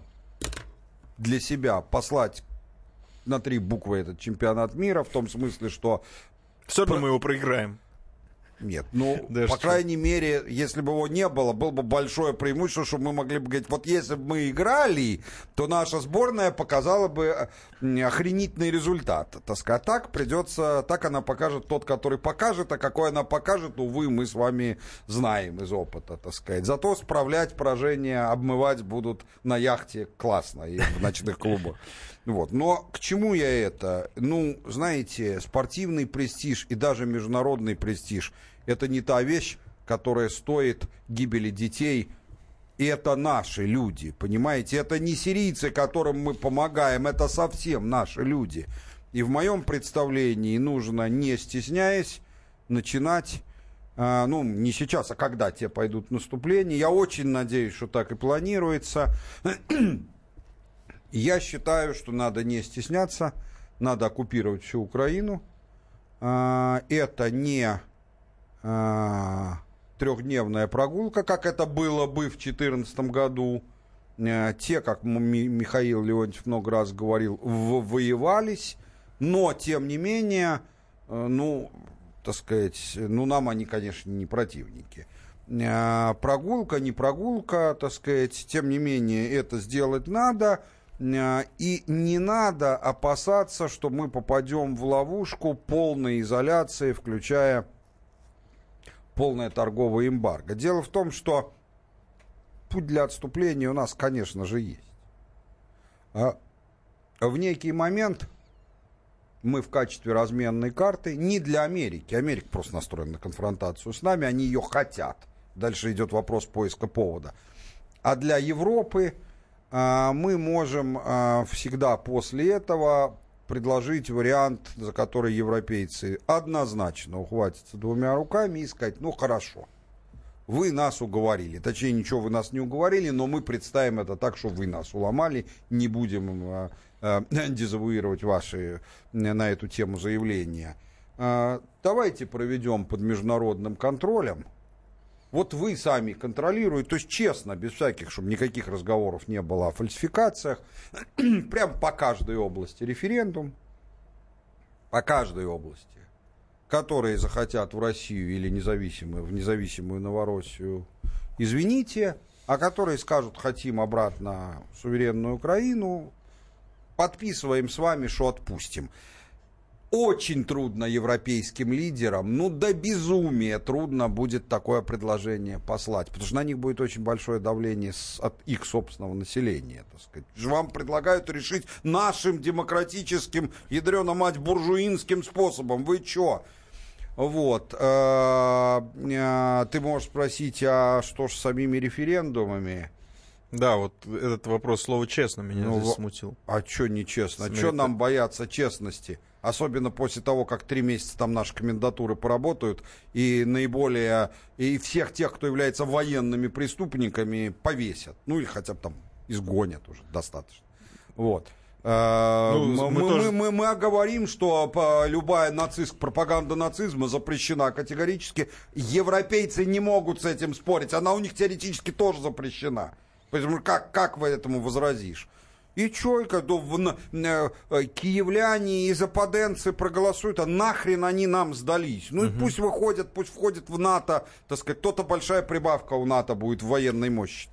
для себя послать на три буквы этот чемпионат мира, в том смысле, что...
Все равно Про... мы его проиграем.
Нет, ну, да, по
что?
крайней мере, если бы его не было, было бы большое преимущество, что мы могли бы говорить, вот если бы мы играли, то наша сборная показала бы охренительный результат. Так сказать, а так придется, так она покажет тот, который покажет, а какой она покажет, увы, мы с вами знаем из опыта, так сказать. Зато справлять поражения, обмывать будут на яхте классно и в ночных клубах. Вот. Но к чему я это? Ну, знаете, спортивный престиж и даже международный престиж — это не та вещь, которая стоит гибели детей. И это наши люди, понимаете? Это не сирийцы, которым мы помогаем, это совсем наши люди. И в моем представлении нужно, не стесняясь, начинать, а, ну, не сейчас, а когда те пойдут в наступление. Я очень надеюсь, что так и планируется. Я считаю, что надо не стесняться, надо оккупировать всю Украину. Это не трехдневная прогулка, как это было бы в две тысячи четырнадцатом году. Те, как Михаил Леонтьев много раз говорил, воевались, но, тем не менее, ну, так сказать, ну, нам они, конечно, не противники. Прогулка, не прогулка, так сказать, тем не менее, это сделать надо. И не надо опасаться, что мы попадем в ловушку полной изоляции, включая полное торговое эмбарго. Дело в том, что путь для отступления у нас, конечно же, есть. А в некий момент мы в качестве разменной карты не для Америки. Америка просто настроена на конфронтацию с нами, они ее хотят. Дальше идет вопрос поиска повода. А для Европы мы можем всегда после этого предложить вариант, за который европейцы однозначно ухватятся двумя руками и сказать: ну хорошо, вы нас уговорили. Точнее, ничего вы нас не уговорили, но мы представим это так, что вы нас уломали, не будем дезавуировать ваши на эту тему заявления. Давайте проведем под международным контролем Вот вы сами контролируете, то есть честно, без всяких, чтобы никаких разговоров не было о фальсификациях, прям по каждой области референдум, по каждой области, которые захотят в Россию или независимую, в независимую Новороссию, извините, а которые скажут, хотим обратно суверенную Украину, подписываем с вами, что отпустим. Очень трудно европейским лидерам, ну до безумия трудно будет такое предложение послать, потому что на них будет очень большое давление с, от их собственного населения, так сказать. Вам предлагают решить нашим демократическим, ядрёно-мать, буржуинским способом. Вы чё? Вот. Ты можешь спросить, а что ж с самими референдумами?
Да, вот этот вопрос, слово «честно» меня
ну,
здесь смутил.
А что нечестно? А что нам бояться честности? Особенно после того, как три месяца там наши комендатуры поработают, и наиболее, и всех тех, кто является военными преступниками, повесят. Ну, или хотя бы там изгонят уже достаточно. Вот. Ну, мы, мы, тоже... мы, мы, мы говорим, что любая нацист, пропаганда нацизма запрещена категорически. Европейцы не могут с этим спорить. Она у них теоретически тоже запрещена. Поэтому как, как вы этому возразишь? И чё, когда в, э, киевляне и западенцы проголосуют, а нахрен они нам сдались? Ну и угу. пусть выходят, пусть входят в НАТО, так сказать, то-то большая прибавка у НАТО будет в военной мощи.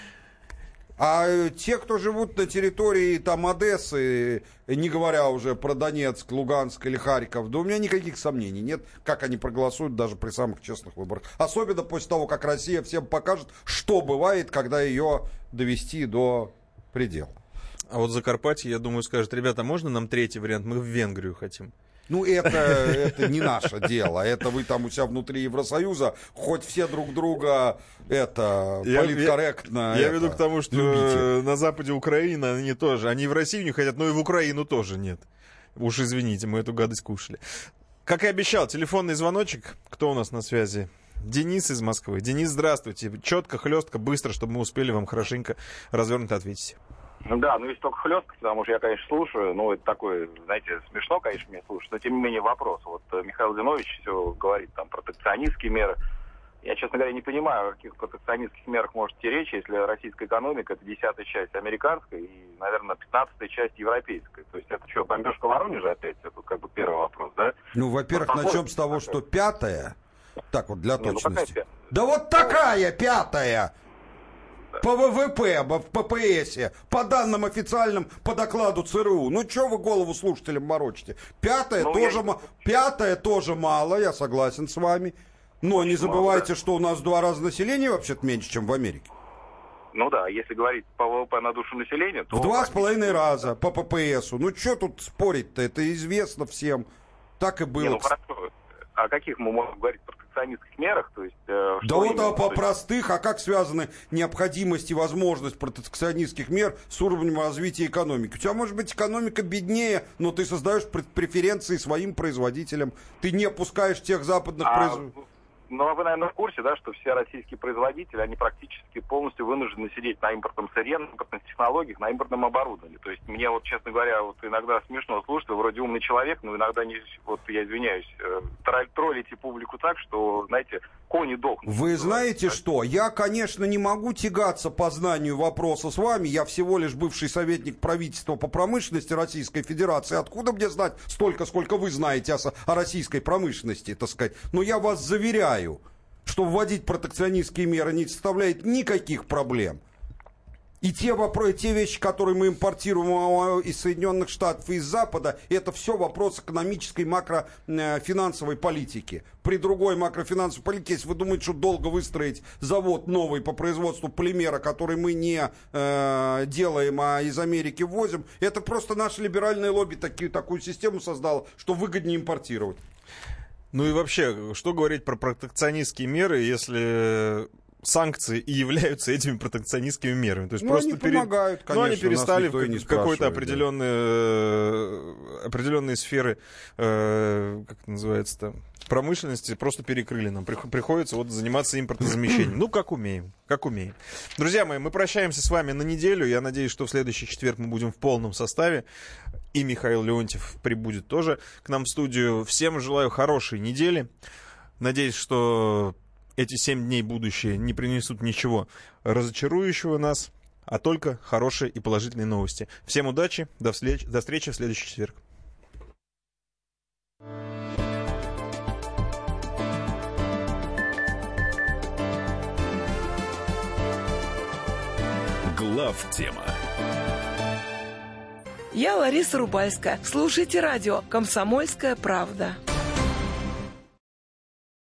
А те, кто живут на территории там Одессы, не говоря уже про Донецк, Луганск или Харьков, да у меня никаких сомнений нет, как они проголосуют даже при самых честных выборах. Особенно после того, как Россия всем покажет, что бывает, когда ее довести до предела.
А вот Закарпатье, я думаю, скажет: ребята, можно нам третий вариант? Мы в Венгрию хотим.
Ну, это, это не наше дело. Это вы там у себя внутри Евросоюза, хоть все друг друга это
я,
политкорректно.
Я, я
это,
веду к тому, что любите. На западе Украины они тоже. Они в Россию не хотят, но и в Украину тоже нет. Уж извините, мы эту гадость кушали. Как и обещал, телефонный звоночек. Кто у нас на связи? Денис из Москвы. Денис, здравствуйте. Четко, хлестко, быстро, чтобы мы успели вам хорошенько развернуто ответить.
Ну да, ну если только хлестко, потому что я, конечно, слушаю, ну это такое, знаете, смешно, конечно, мне слушать, но тем не менее вопрос. Вот Михаил Зиновьевич все говорит, там, протекционистские меры. Я, честно говоря, не понимаю, о каких протекционистских мерах может идти речь, если российская экономика — это десятая часть американской и, наверное, пятнадцатая часть европейской. То есть это что, бомбежка Воронежа опять? Это как бы первый вопрос, да?
Ну, во-первых, ну, начнем с того, что пятая, так вот, для не, точности.
Ну,
да вот такая пятая! По ВВП, в ППСе, по данным официальным, по докладу ЦРУ. Ну, что вы голову слушателям морочите? Пятое, ну, тоже, м... Пятое тоже мало, я согласен с вами. Но не забывайте, что у нас в два раза население вообще-то меньше, чем в Америке.
Ну да, если говорить по ВВП на душу населения, то...
В два с половиной раза по ППСу. Ну, что тут спорить-то? Это известно всем. Так и было. Не,
ну, хорошо. О каких мы можем говорить протекционистских мерах? То есть, э,
да вот а по простых, а как связаны необходимость и возможность протекционистских мер с уровнем развития экономики? У тебя может быть экономика беднее, но ты создаешь преференции своим производителям. Ты не опускаешь тех западных
а...
производителей.
Ну, а вы, наверное, в курсе, да, что все российские производители, они практически полностью вынуждены сидеть на импортном сырье, на импортных технологиях, на импортном оборудовании. То есть мне вот, честно говоря, вот иногда смешно слушать, вы вроде умный человек, но иногда, не, вот я извиняюсь, троллите публику так, что, знаете, кони дохнут.
Вы знаете что? Я, конечно, не могу тягаться по знанию вопроса с вами. Я всего лишь бывший советник правительства по промышленности Российской Федерации. Откуда мне знать столько, сколько вы знаете о, о российской промышленности, так сказать? Но я вас заверяю, что вводить протекционистские меры не составляет никаких проблем. И те вопросы, те вещи, которые мы импортируем из Соединенных Штатов и из Запада, это все вопрос экономической макрофинансовой политики. При другой макрофинансовой политике, если вы думаете, что долго выстроить завод новый по производству полимера, который мы не э, делаем, а из Америки ввозим, это просто наше либеральное лобби таки, такую систему создало, что выгоднее импортировать.
Ну и вообще, что говорить про протекционистские меры, если санкции и являются этими протекционистскими мерами? То есть
ну,
просто
они
перед...
помогают, конечно,
ну, они перестали в
не
какой-то определенные, да. определенные сферы, э, как это называется-то, промышленности просто перекрыли нам. Приходится вот заниматься импортозамещением. Ну, как умеем, как умеем. Друзья мои, мы прощаемся с вами на неделю. Я надеюсь, что в следующий четверг мы будем в полном составе. И Михаил Леонтьев прибудет тоже к нам в студию. Всем желаю хорошей недели. Надеюсь, что эти семь дней будущее не принесут ничего разочарующего нас, а только хорошие и положительные новости. Всем удачи, до встречи, до встречи в следующий четверг.
Главтема.
Я Лариса Рубальская. Слушайте радио «Комсомольская правда».